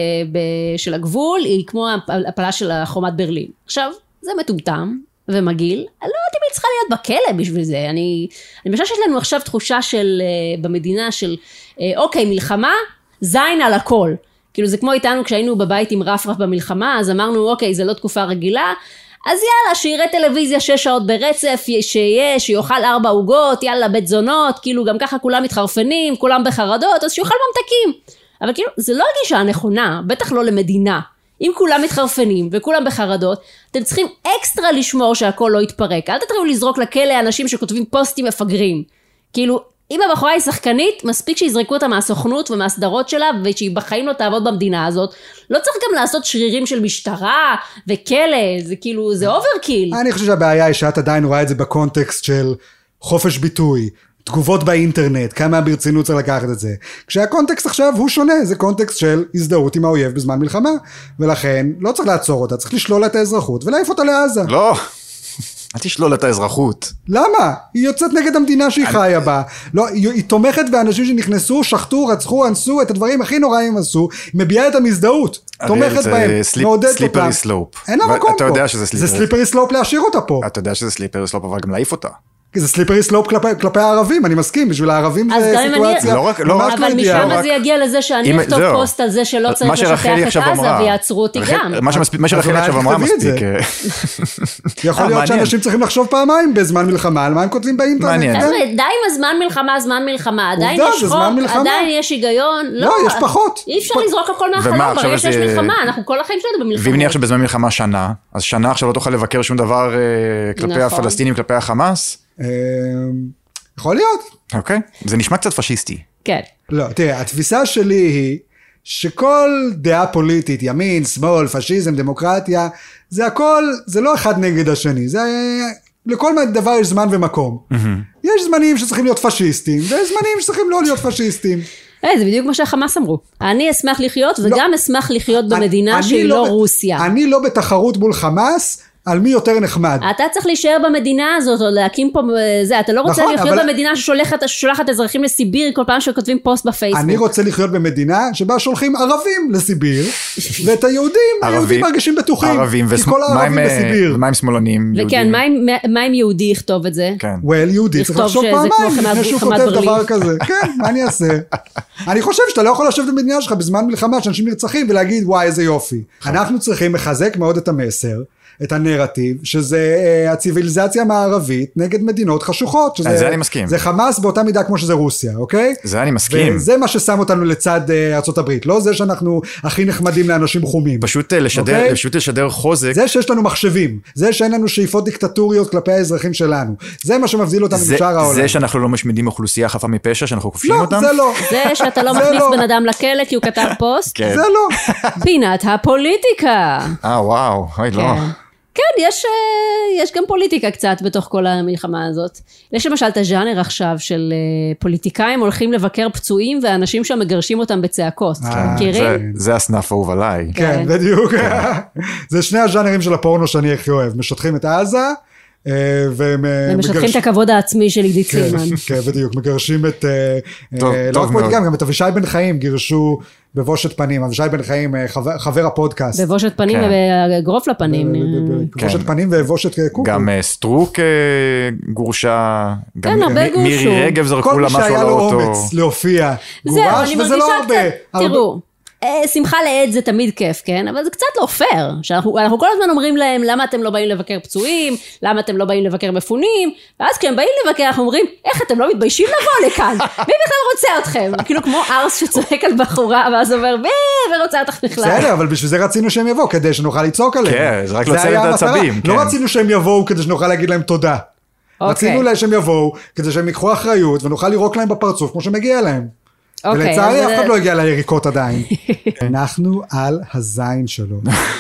של הגבול היא כמו ההפלה של חומת ברלין. עכשיו, זה מטומטם ומגעיל. אני לא יודעת אם היא צריכה להיות בכלא בשביל זה. אני חושבת שיש לנו עכשיו תחושה של, במדינה של, אוקיי, מלחמה, זין על הכל. כאילו, זה כמו איתנו כשהיינו בבית עם רף במלחמה, אז אמרנו, אוקיי, זה לא תקופה רגילה, אז יאללה, שיראה טלוויזיה 6 שעות ברצף, שיאכל 4 עוגות, יאללה, בית זונות, כאילו גם ככה כולם מתחרפנים, כולם בחרדות, אז שיאכל ממתקים. אבל כאילו, זה לא הגישה הנכונה, בטח לא למדינה. אם כולם מתחרפנים וכולם בחרדות, אתם צריכים אקסטרה לשמור שהכל לא יתפרק. אל תתחילו לזרוק לכלא אנשים שכותבים פוסטים מפגרים. כאילו, אם הבחורה היא שחקנית, מספיק שיזרקו אותה מהסוכנות ומהסדרות שלה, ושהיא בחיים לא תעבוד במדינה הזאת. לא צריך גם לעשות שרירים של משטרה וכלא, זה כאילו, זה אוברקיל. אני חושב שהבעיה היא שאת עדיין רואה את זה בקונטקסט של חופש ביטוי, תגובות באינטרנט, כמה ברצינות צריך לקחת את זה. כשהקונטקסט עכשיו הוא שונה, זה קונטקסט של הזדהות עם האויב בזמן מלחמה, ולכן לא צריך לעצור אותה, צריך לשלול את האזרחות ולהעיף אותה לעזה. לא. אל תשלול את האזרחות. למה? היא יוצאת נגד המדינה שהיא חיה בה. לא, היא תומכת באנשים שנכנסו, שחטו, רצחו, אנסו, את הדברים הכי נוראים עשו, היא מביעה את המסדהות, תומכת בהם, מעודדת אותם. סליפרי סלופ. אין לה מקום פה. זה סליפרי סלופ להשאיר אותה פה. אתה יודע שזה סליפרי סלופ, אבל גם להעיף אותה. זה סליפרי סלופ כלפי הערבים, אני מסכים, בשביל הערבים זה סיטואציה. אבל משם זה יגיע לזה שאני אכתוב פוסט על זה שלא צריך לשטח את עזה ויעצרו אותי גם. מה שרחלי עכשיו אמרה מספיק. יכול להיות שאנשים צריכים לחשוב פעמיים בזמן מלחמה, על מה הם כותבים באינטרנט. די עם הזמן מלחמה, זמן מלחמה, עדיין יש חוק, עדיין יש היגיון. לא, יש פחות. אי אפשר לזרוק הכל מהחלום, ברגע שיש מלחמה, אנחנו כל החיים שלנו במלחמה. ואם נהיה עכשיו בזמן מלחמה שנה, אז שנה עכשיו לא תוכל לבקר שום דבר כלפי הפלסטינים, כלפי החמאס. יכול להיות. אוקיי, זה נשמע קצת פשיסטי. כן. לא, תראה, התפיסה שלי היא שכל דעה פוליטית, ימין, שמאל, פשיזם, דמוקרטיה, זה הכל, זה לא אחד נגד השני, זה לכל דבר יש זמן ומקום. יש זמנים שצריכים להיות פשיסטים, ויש זמנים שצריכים לא להיות פשיסטים. זה בדיוק מה שהחמאס אמרו. אני אשמח לחיות, וגם אשמח לחיות במדינה שהיא לא רוסיה. אני לא בתחרות מול חמאס, על מי יותר נחמד. אתה צריך להישאר במדינה הזאת, או להקים פה זה, אתה לא רוצה לחיות במדינה ששולחת אזרחים לסיביר כל פעם שכותבים פוסט בפייסבוק. אני רוצה לחיות במדינה שבה שולחים ערבים לסיביר, ואת היהודים מרגישים בטוחים, כי כל הערבים בסיביר. ומה עם שמאלנים? וכן, מה עם יהודי יכתוב את זה? יהודי צריך לחשוב פעמיים, לפני שהוא כותב דבר כזה. כן, מה אני אעשה? אני חושב שאתה לא יכול לשבת במדינה שלך בזמן מלחמה שאנשים נרצחים ולהגיד וואי איזה יופי. אנחנו צריכים לחזק מאוד את המסר, את הנרטיב, שזה הציביליזציה המערבית נגד מדינות חשוכות. זה אני מסכים. זה חמאס באותה מידה כמו שזה רוסיה, אוקיי? זה אני מסכים. וזה מה ששם אותנו לצד ארצות הברית, לא זה שאנחנו הכי נחמדים לאנשים חומים. פשוט לשדר חוזק. זה שיש לנו מחשבים, זה שאין לנו שאיפות דיקטטוריות כלפי האזרחים שלנו, זה מה שמבדיל אותנו משאר העולם. זה שאנחנו לא משמידים אוכלוסייה חפה מפשע, שאנחנו כופשים אותם? לא, זה לא. זה שאתה לא מכניס בן אדם לכלא כי הוא כתב פוסט? זה לא. פינת הפוליטיקה. וואו, אוי לא. כן, יש גם פוליטיקה קצת בתוך כל המלחמה הזאת. יש למשל את הז'אנר עכשיו של פוליטיקאים הולכים לבקר פצועים ואנשים שם מגרשים אותם בצעקות. זה הסנף האהוב עליי. כן, בדיוק. זה שני הז'אנרים של הפורנו שאני הכי אוהב. משטחים את עזה, ומשטחים את הכבוד העצמי של עידית סילמן. כן, בדיוק. מגרשים את, לא רק פוליטיקאים, גם את אבישי בן חיים גירשו בבושת פנים, אבישי בן חיים, חבר הפודקאסט. בבושת פנים וגרוף לפנים. בבושת פנים ובושת קוקו. גם סטרוק גורשה, כן, הרבה גורשו. מירי רגב זרקו לה משהו על האוטו. כל מי שהיה לו אומץ להופיע גורש, וזה לא הרבה. תראו, שמחה לעד זה תמיד כיף, כן? אבל זה קצת לא פייר, שאנחנו כל הזמן אומרים להם, למה אתם לא באים לבקר פצועים, למה אתם לא באים לבקר מפונים, ואז כשהם באים לבקר, אנחנו אומרים, איך אתם לא מתביישים לבוא לכאן? מי בכלל רוצה אתכם? כאילו כמו ארס שצועק על בחורה, ואז אומר, מי רוצה אותך בכלל? בסדר, אבל בשביל זה רצינו שהם יבואו, כדי שנוכל לצעוק עליהם. כן, זה רק לצאת את העצבים. לא רצינו שהם יבואו כדי שנוכל להגיד להם תודה. רצינו שהם יבואו כדי שהם יקחו אחריות ונוכל לירוק להם בפרצוף כמו שמגיע להם. ולצערי אף אחד לא הגיע ליריקות עדיין. אנחנו על הזין שלו.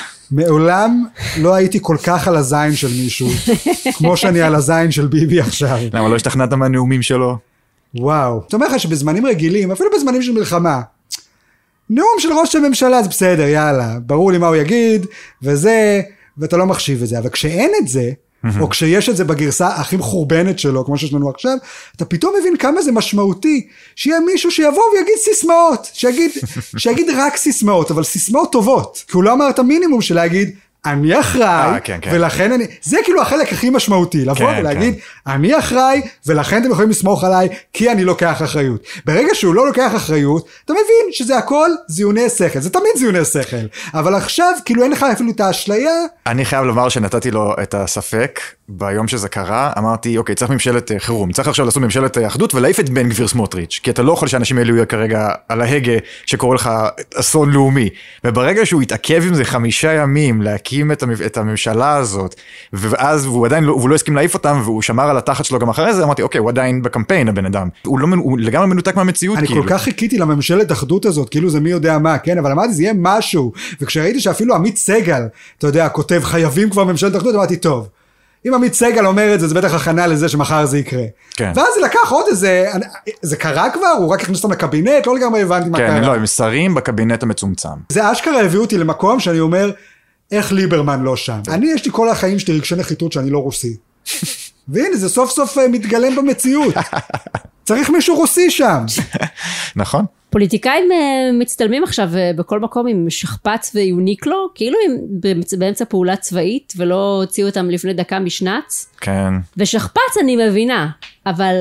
מעולם לא הייתי כל כך על הזין של מישהו, כמו שאני על הזין של ביבי עכשיו. למה לא השתכנעת מהנאומים שלו? וואו. זאת אומרת לך שבזמנים רגילים, אפילו בזמנים של מלחמה, נאום של ראש הממשלה זה בסדר, יאללה, ברור לי מה הוא יגיד, וזה, ואתה לא מחשיב את זה. אבל כשאין את זה, או כשיש את זה בגרסה הכי מחורבנת שלו, כמו שיש לנו עכשיו, אתה פתאום מבין כמה זה משמעותי, שיהיה מישהו שיבוא ויגיד סיסמאות, שיגיד רק סיסמאות, אבל סיסמאות טובות, כי הוא לא אמר את המינימום של להגיד, אני אחראי, ולכן אני, זה כאילו החלק הכי משמעותי, לבוא ולהגיד, אני אחראי, ולכן אתם יכולים לסמוך עליי, כי אני לוקח אחריות. ברגע שהוא לא לוקח אחריות, אתה מבין שזה הכל זיוני שכל, זה תמיד זיוני שכל, אבל עכשיו, כאילו אין לך אפילו את האשליה. אני חייב לומר שנתתי לו את הספק, ביום שזה קרה, אמרתי, אוקיי, צריך ממשלת חירום, צריך עכשיו לעשות ממשלת אחדות, ולהעיף את בן גביר סמוטריץ', כי אתה לא יכול שאנשים האלו יהיו כרגע על ההגה שקורא לך אסון לאומי, וברגע שהוא התעכב עם זה 5 ימים, להקים את הממשלה הזאת, ואז הוא עדיין הוא לא הסכים להעיף אותם, והוא שמר על התחת שלו גם אחרי זה, אמרתי, אוקיי, הוא עדיין בקמפיין, הבן אדם, הוא לגמרי מנותק מהמציאות, אני כל כך חיכיתי לממשלת אחדות הזאת, כאילו זה מי יודע מה, כן, אבל אמרתי, זה יהיה משהו, וכשראיתי שאפילו עמית סגל, אתה יודע, כותב, חייבים כבר ממשלת אחדות, אמרתי, טוב, אם עמית סגל אומר את זה, זה בטח הכנה לזה שמחר זה יקרה. כן. ואז זה לקח עוד איזה, זה קרה כבר? הוא רק הכניס אותם לקבינט? לא לגמרי הבנתי מה קרה. כן, לא, הם שרים בקבינט המצומצם. זה אשכרה הביאו אותי למקום שאני אומר, איך ליברמן לא שם? יש לי כל החיים שלי רגשי נחיתות שאני לא רוסי. והנה, זה סוף סוף מתגלם במציאות. צריך מישהו רוסי שם. נכון. פוליטיקאים מצטלמים עכשיו בכל מקום עם שכפ"ץ ויוניקלו, כאילו הם באמצע פעולה צבאית, ולא הוציאו אותם לפני דקה משנץ. כן. ושכפ"ץ אני מבינה, אבל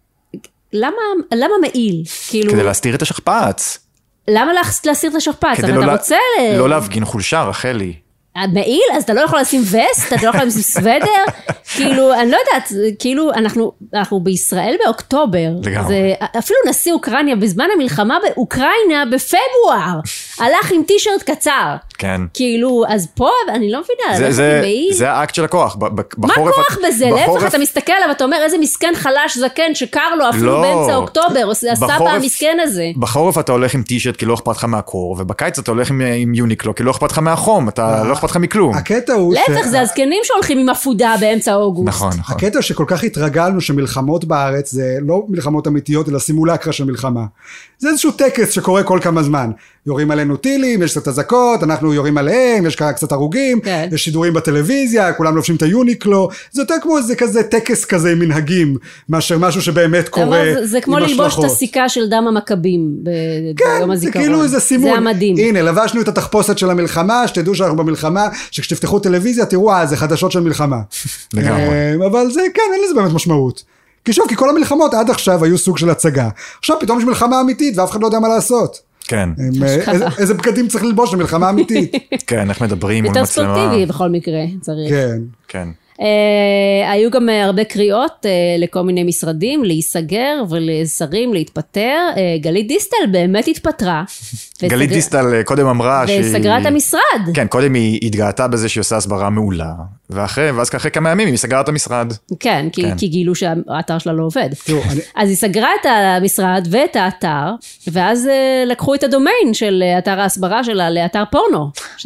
למה מעיל? כדי להסתיר את השכפ"ץ. למה להסתיר את השכפ"ץ? כדי לא להפגין חולשה, רחלי. מעיל? אז אתה לא יכול לשים וסט? אתה לא יכול לשים סוודר? כאילו, אני לא יודעת, כאילו, אנחנו בישראל באוקטובר. לגמרי. אפילו נשיא אוקראינה, בזמן המלחמה באוקראינה, בפברואר, הלך עם טישרט קצר. כן. כאילו, אז פה, אני לא מבינה, זה האקט של הכוח. מה כוח בזה? להפך, אתה מסתכל עליו, אתה אומר, איזה מסכן חלש זקן, שקר לו אפילו באמצע אוקטובר, הסבא המסכן הזה. בחורף אתה הולך עם טישרט, כי לא אכפת לך מהקור, ובקיץ אתה הולך עם יוניקלו, כי לא אכפת לך מהחום, אתה לא אכפת לך מכלום. הקטע הוא להפך, זה הזקנים שהולכים עם עפודה באמצע אוגוסט. נכון. הקטע שכל כך התרגלנו שמלחמות בארץ זה לא מלחמות אמיתיות, אלא סימולקרה של מלחמה. זה איזשהו טקס שקורה כל כמה זמן. יורים עלינו טילים, יש קצת אזעקות, אנחנו יורים עליהם, יש קצת הרוגים, יש שידורים בטלוויזיה, כולם לובשים את היוניקלו, זה יותר כמו איזה כזה טקס כזה מנהגים, מאשר משהו שבאמת קורה. זה כמו ללבוש את הסיכה של דם המכבים ביום הזיכרון. כן, זה כאילו איזה סימון. זה המדהים. הנה, לבשנו את התחפושת של המלחמה, שתדעו שאנחנו במלחמה, שכשתפתחו טלוויזיה, תראו, זה חדשות של מלחמה. אבל זה, כן, אין לזה באמת משמעות. כי שוב, כי כל המלחמות עד עכשיו היו סוג של הצגה. עכשיו פתאום יש מלחמה אמיתית, ואף אחד לא יודע מה לעשות. כן. איזה בגדים צריך ללבוש למלחמה אמיתית. כן, איך מדברים מול מצלמה. יותר ספורטיבי בכל מקרה, צריך. כן. כן. היו גם הרבה קריאות לכל מיני משרדים להיסגר ולשרים להתפטר. גלית דיסטל באמת התפטרה. גלית דיסטל קודם אמרה וסגרה את המשרד. כן, קודם היא התגאתה בזה שהיא עושה הסברה מעולה, ואז אחרי כמה ימים היא סגרה את המשרד. כן, כי גילו שהאתר שלה לא עובד. אז היא סגרה את המשרד ואת האתר, ואז לקחו את הדומיין של אתר ההסברה שלה לאתר פורנו,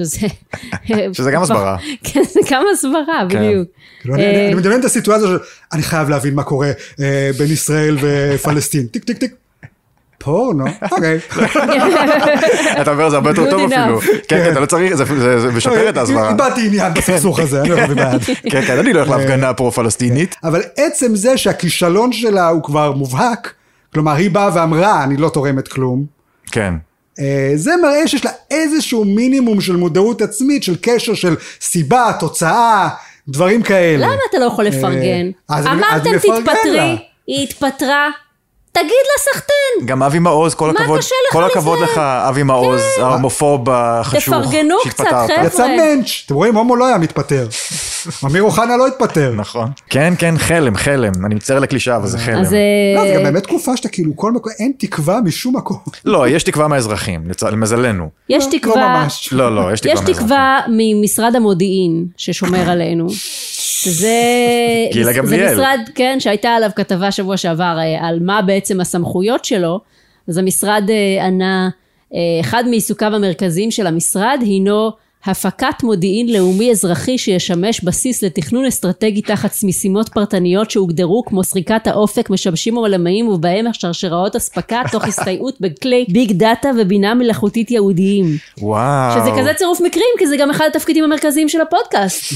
שזה גם הסברה. כן, זה גם הסברה, בדיוק. אני מדמיין את הסיטואציה של, אני חייב להבין מה קורה בין ישראל ופלסטין. טיק טיק טיק. פורנו, אוקיי. אתה אומר, זה הרבה יותר טוב אפילו. כן, אתה לא צריך, זה משפר את ההסברה. איבדתי עניין בסכסוך הזה, אני לא הולך לבד. כן, כן, אני לא הולך להפגנה פרו-פלסטינית. אבל עצם זה שהכישלון שלה הוא כבר מובהק, כלומר, היא באה ואמרה, אני לא תורמת כלום. כן. זה מראה שיש לה איזשהו מינימום של מודעות עצמית, של קשר של סיבה, תוצאה, דברים כאלה. למה אתה לא יכול לפרגן? אמרתם תתפטרי, היא התפטרה, תגיד לה סחטן. גם אבי מעוז, כל הכבוד, כל הכבוד לך, אבי מעוז, ההומופוב החשוך. תפרגנו קצת, חבר'ה. יצא מנץ', אתם רואים, הומו לא היה מתפטר. אמיר אוחנה לא התפטר. נכון. כן, כן, חלם. אני מצטער לקלישה, אבל זה חלם. לא, זה גם באמת תקופה שאתה כאילו, כל מקום, אין תקווה משום מקום. לא, יש תקווה מהאזרחים, למזלנו. יש תקווה. לא ממש. לא, יש תקווה מהאזרחים. יש תקווה ממשרד המודיעין, ששומר עלינו. שזה משרד, כן, שהייתה עליו כתבה שבוע שעבר על מה בעצם הסמכויות שלו, אז המשרד ענה, אחד מעיסוקיו המרכזיים של המשרד הינו הפקת מודיעין לאומי אזרחי שישמש בסיס לתכנון אסטרטגי תחת משימות פרטניות שהוגדרו כמו סריקת האופק, משבשים ומלמאים ובהם שרשראות אספקה תוך הסתייעות בכלי ביג דאטה ובינה מלאכותית יהודיים. וואו. שזה כזה צירוף מקרים, כי זה גם אחד התפקידים המרכזיים של הפודקאסט.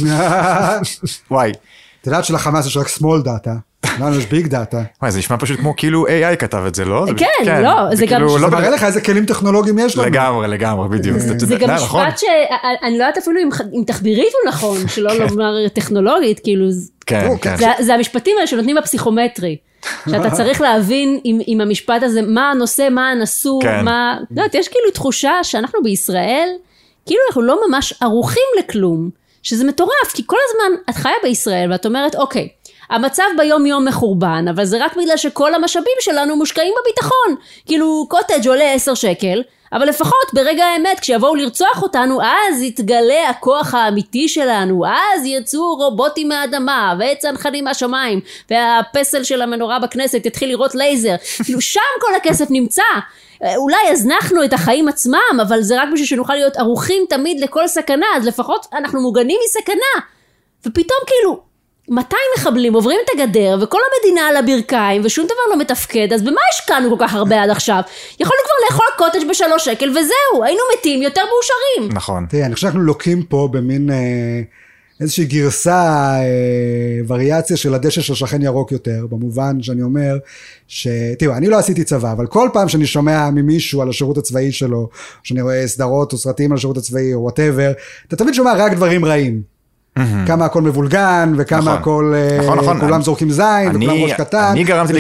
וואי. את יודעת של החמאס יש רק small data. לנו יש ביג דאטה. וואי, זה נשמע פשוט כמו כאילו AI כתב את זה, לא? כן, לא, זה גם... זה מראה לך איזה כלים טכנולוגיים יש לנו. לגמרי, בדיוק. זה גם משפט שאני לא יודעת אפילו אם תחבירית הוא נכון, שלא לומר טכנולוגית, כאילו... כן. זה המשפטים האלה שנותנים בפסיכומטרי. שאתה צריך להבין עם המשפט הזה, מה הנושא, מה הנשוא, מה... לא יודעת, יש כאילו תחושה שאנחנו בישראל, כאילו אנחנו לא ממש ערוכים לכלום, שזה מטורף, כי כל הזמן את חיה בישראל ואת אומרת, אוקיי, המצב ביום יום מחורבן, אבל זה רק בגלל שכל המשאבים שלנו מושקעים בביטחון. כאילו, קוטג' עולה 10 שקל, אבל לפחות ברגע האמת, כשיבואו לרצוח אותנו, אז יתגלה הכוח האמיתי שלנו, אז יצאו רובוטים מהאדמה, וצנחנים מהשמיים, והפסל של המנורה בכנסת יתחיל לראות לייזר. כאילו, שם כל הכסף נמצא. אולי הזנחנו את החיים עצמם, אבל זה רק בשביל שנוכל להיות ערוכים תמיד לכל סכנה, אז לפחות אנחנו מוגנים מסכנה. ופתאום כאילו... 200 מחבלים עוברים את הגדר וכל המדינה על הברכיים ושום דבר לא מתפקד, אז במה השקענו כל כך הרבה עד עכשיו? יכולנו כבר לאכול קוטג' ב3 שקל וזהו, היינו מתים יותר מאושרים. נכון. תראה, אני חושב שאנחנו לוקים פה במין איזושהי גרסה, וריאציה של הדשא של שכן ירוק יותר, במובן שאני אומר תראו, אני לא עשיתי צבא, אבל כל פעם שאני שומע ממישהו על השירות הצבאי שלו, שאני רואה סדרות או סרטים על השירות הצבאי או whatever, אתה תמיד שומע רק דברים רעים. כמה הכל מבולגן, וכמה הכל, כולם זורקים זין, וכולם ראש קטן.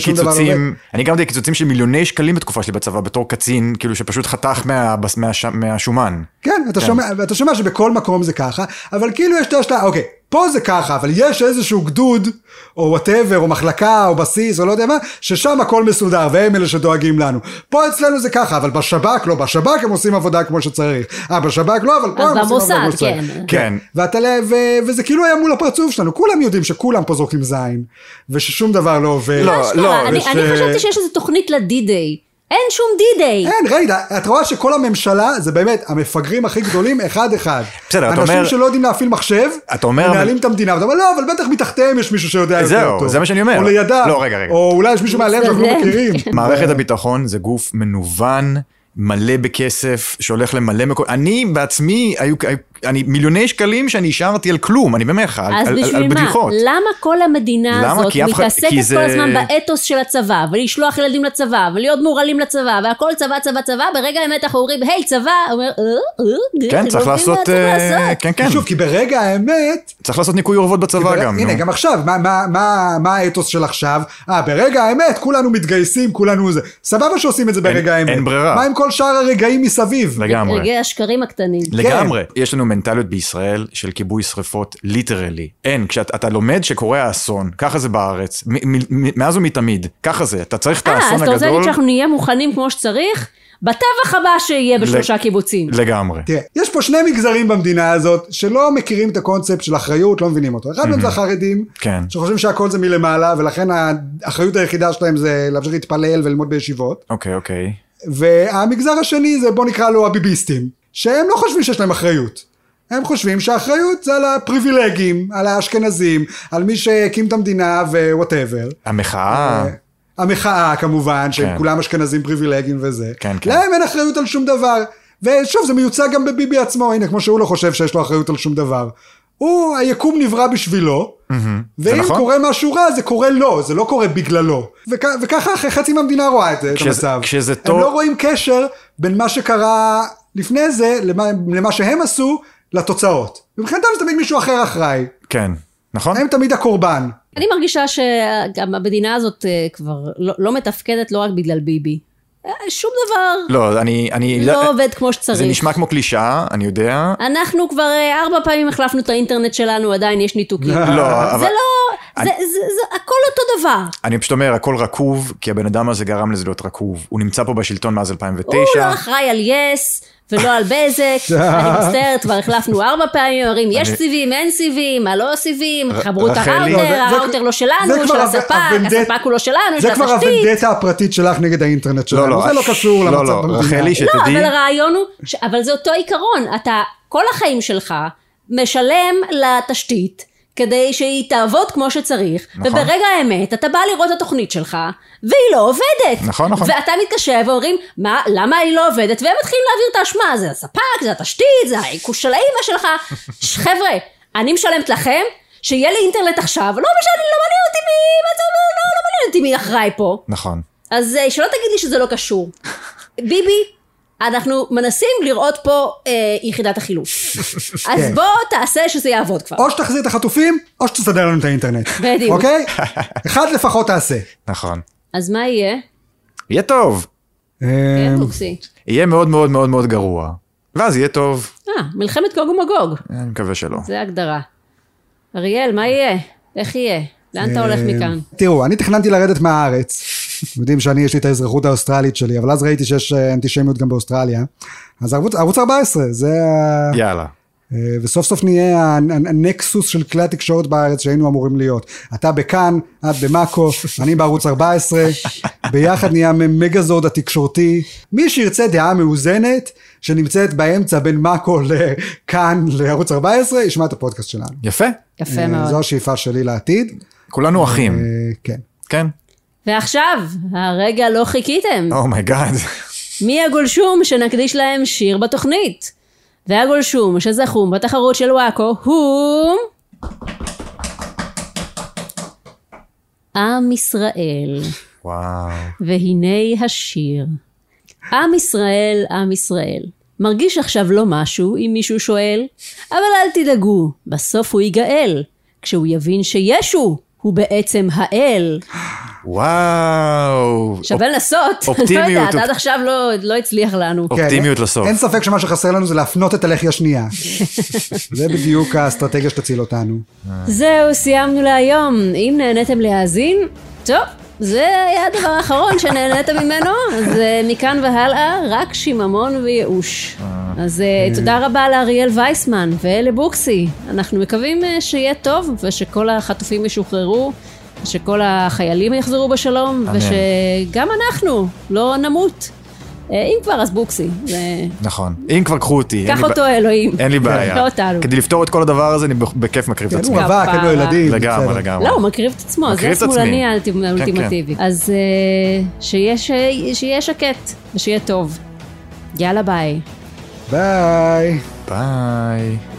אני גרמתי לקיצוצים של מיליוני שקלים בתקופה שלי בצבא, בתור קצין, כאילו שפשוט חתך מהשומן. כן, אתה שומע שבכל מקום זה ככה, אבל כאילו יש תשלה, אוקיי, פה זה ככה, אבל יש איזשהו גדוד, או whatever, או מחלקה, או בסיס, או לא יודע מה, ששם הכל מסודר, והם אלה שדואגים לנו. פה אצלנו זה ככה, אבל בשב"כ לא, בשב"כ הם עושים עבודה כמו שצריך. בשב"כ לא, אבל פה הם עושים עבודה כמו שצריך. כן. וזה כאילו היה מול הפרצוף שלנו, כולם יודעים שכולם פה זורקים זין, וששום דבר לא עובד. לא. אני חשבתי שיש איזו תוכנית לדי-דיי. אין שום די-דיי. אין, רגע, את רואה שכל הממשלה, זה באמת המפגרים הכי גדולים, אחד. בסדר, אתה אומר... אנשים שלא יודעים להפעיל מחשב, מנהלים את המדינה, ואתה אומר, לא, אבל בטח מתחתיהם יש מישהו שיודע יותר טוב. זה מה שאני אומר. או לידה. לא, רגע. או אולי יש מישהו מעליהם שאנחנו לא מכירים. מערכת הביטחון זה גוף מנוון, מלא בכסף, שהולך למלא מקום, אני בעצמי, אני מיליוני שקלים שאני השארתי על כלום, אני במך, על בדיחות. למה כל המדינה הזאת מתעסקת כל הזמן באתוס של הצבא, ולשלוח ילדים לצבא, ולהיות מורלים לצבא, והכל צבא, צבא, צבא, ברגע האמת אנחנו אומרים, היי צבא, אומר, כן, צריך לעשות, כן, כן. שוב, כי ברגע האמת... צריך לעשות ניקוי אורוות בצבא גם. הנה, גם עכשיו, מה האתוס של עכשיו? ברגע האמת, כולנו מתגייסים, כולנו זה. סבבה שעושים את זה ברגע האמת. אין ברירה. מה עם כל שאר הרגעים מסביב? לגמרי. רגעי השקרים הקטנים. לגמרי. יש לנו מנטליות בישראל של כיבוי שריפות, ליטרלי. אין, כשאתה לומד שקורה האסון, ככה זה בארץ, מאז ומתמיד, ככה זה, אתה צריך את האסון הגדול. אז אתה רוצה להגיד שאנחנו נהיה מוכנים כמו שצריך? בטבח הבא שיהיה בשלושה קיבוצים. לגמרי. תראה, יש פה שני מגזרים במדינה הזאת, שלא מכירים את הקונספט של אחריות, לא מבינים אותו. אחד מהם זה החרדים, שחושבים שהכל זה מלמעלה, ולכן האחריות היחידה שלהם זה להמשיך להתפלל וללמוד בישיבות. אוקיי. והמגזר השני זה, בוא נקרא לו הביביסטים, שהם לא חושבים שיש להם אחריות. הם חושבים שהאחריות זה על הפריבילגים, על האשכנזים, על מי שהקים את המדינה ו-whatever. המחאה כמובן, שהם כולם אשכנזים פריבילגיים וזה. להם אין אחריות על שום דבר. ושוב, זה מיוצא גם בביבי עצמו, הנה, כמו שהוא לא חושב שיש לו אחריות על שום דבר. היקום נברא בשבילו, ואם קורה משהו רע, זה קורה לו, זה לא קורה בגללו. וככה חצי מהמדינה רואה את זה, את המצב. הם לא רואים קשר בין מה שקרה לפני זה, למה שהם עשו, לתוצאות. ומבחינתם זה תמיד מישהו אחר אחראי. כן, נכון? הם תמיד הקורבן. אני מרגישה שגם המדינה הזאת כבר לא מתפקדת לא רק בגלל ביבי. שום דבר לא עובד כמו שצריך. זה נשמע כמו קלישה, אני יודע. אנחנו כבר 4 פעמים החלפנו את האינטרנט שלנו, עדיין יש ניתוקים. זה לא, זה הכל אותו דבר. אני פשוט אומר, הכל רקוב, כי הבן אדם הזה גרם לזה להיות רקוב. הוא נמצא פה בשלטון מאז 2009. הוא לא אחראי על יס, ולא על בזק, אני מצטערת, כבר החלפנו 4 פעמים, אומרים, יש סיבים, אין סיבים, מה לא סיבים, חברו את הראוטר לא שלנו, של הספק הוא לא שלנו, של התשתית. זה כבר הוונדטה הפרטית שלך נגד האינטרנט שלנו, זה לא קשור למצב במדינה. רחלי, שתדעי. לא, אבל הרעיון הוא, אבל זה אותו עיקרון, אתה כל החיים שלך משלם לתשתית, כדי שהיא תעבוד כמו שצריך, וברגע האמת אתה בא לראות את התוכנית שלך, והיא לא עובדת. נכון. ואתה מתקשר ואומרים, למה היא לא עובדת? והם מתחילים להעביר את האשמה, זה הספק, זה התשתית, זה העיקוש של האמא שלך. חבר'ה, אני משלמת לכם, שיהיה לי אינטרנט עכשיו, לא מעניין אותי מי אחראי פה. נכון. אז שלא תגיד לי שזה לא קשור. ביבי, אנחנו מנסים לראות פה יחידת החילוץ. אז בוא תעשה שזה יעבוד כבר. או שתחזיר את החטופים, או שתסדר לנו את האינטרנט. בדיוק. אוקיי? אחד לפחות תעשה. נכון. אז מה יהיה? יהיה טוב. יהיה טוקסי. יהיה מאוד מאוד מאוד מאוד גרוע. ואז יהיה טוב. מלחמת גוג ומגוג. אני מקווה שלא. זה הגדרה. אריאל, מה יהיה? איך יהיה? לאן אתה הולך מכאן? תראו, אני תכננתי לרדת מהארץ. יודעים שאני, יש לי את האזרחות האוסטרלית שלי, אבל אז ראיתי שיש אנטישמיות גם באוסטרליה. אז ערוץ 14, זה... יאללה. וסוף סוף נהיה הנקסוס של כלי התקשורת בארץ שהיינו אמורים להיות. אתה בכאן, את במאקו, אני בערוץ 14, ביחד נהיה מגזוד התקשורתי. מי שירצה דעה מאוזנת, שנמצאת באמצע בין מאקו לכאן לערוץ 14, ישמע את הפודקאסט שלנו. יפה. יפה מאוד. זו השאיפה שלי לעתיד. כולנו אחים. כן. כן. ועכשיו, הרגע לא חיכיתם. אומייגאד. מי הגולשום שנקדיש להם שיר בתוכנית? והגולשום שזכום בתחרות של וואקו הוא... עם ישראל. וואו. והנה השיר. עם ישראל, עם ישראל. מרגיש עכשיו לא משהו אם מישהו שואל, אבל אל תדאגו, בסוף הוא ייגאל, כשהוא יבין שישו הוא בעצם האל. וואו. שווה לנסות. אופטימיות. לא יודעת, עד עכשיו לא הצליח לנו. אופטימיות לסוף. אין ספק שמה שחסר לנו זה להפנות את הלחי השנייה. זה בדיוק האסטרטגיה שתציל אותנו. זהו, סיימנו להיום. אם נהניתם להאזין, טוב, זה היה הדבר האחרון שנהניתם ממנו. אז מכאן והלאה, רק שיממון וייאוש. אז תודה רבה לאריאל וייסמן ולבוקסי. אנחנו מקווים שיהיה טוב ושכל החטופים ישוחררו. שכל החיילים יחזרו בשלום, ושגם אנחנו לא נמות. אם כבר, אז בוקסי. נכון. אם כבר קחו אותי. קח אותו אלוהים. אין לי בעיה. לא אותנו. כדי לפתור את כל הדבר הזה, אני בכיף מקריב את עצמי. הוא רווק, אין לו ילדים. לגמרי. לא, הוא מקריב את עצמו. זה השמאלני האולטימטיבי. אז שיהיה שקט, ושיהיה טוב. יאללה ביי. ביי. ביי.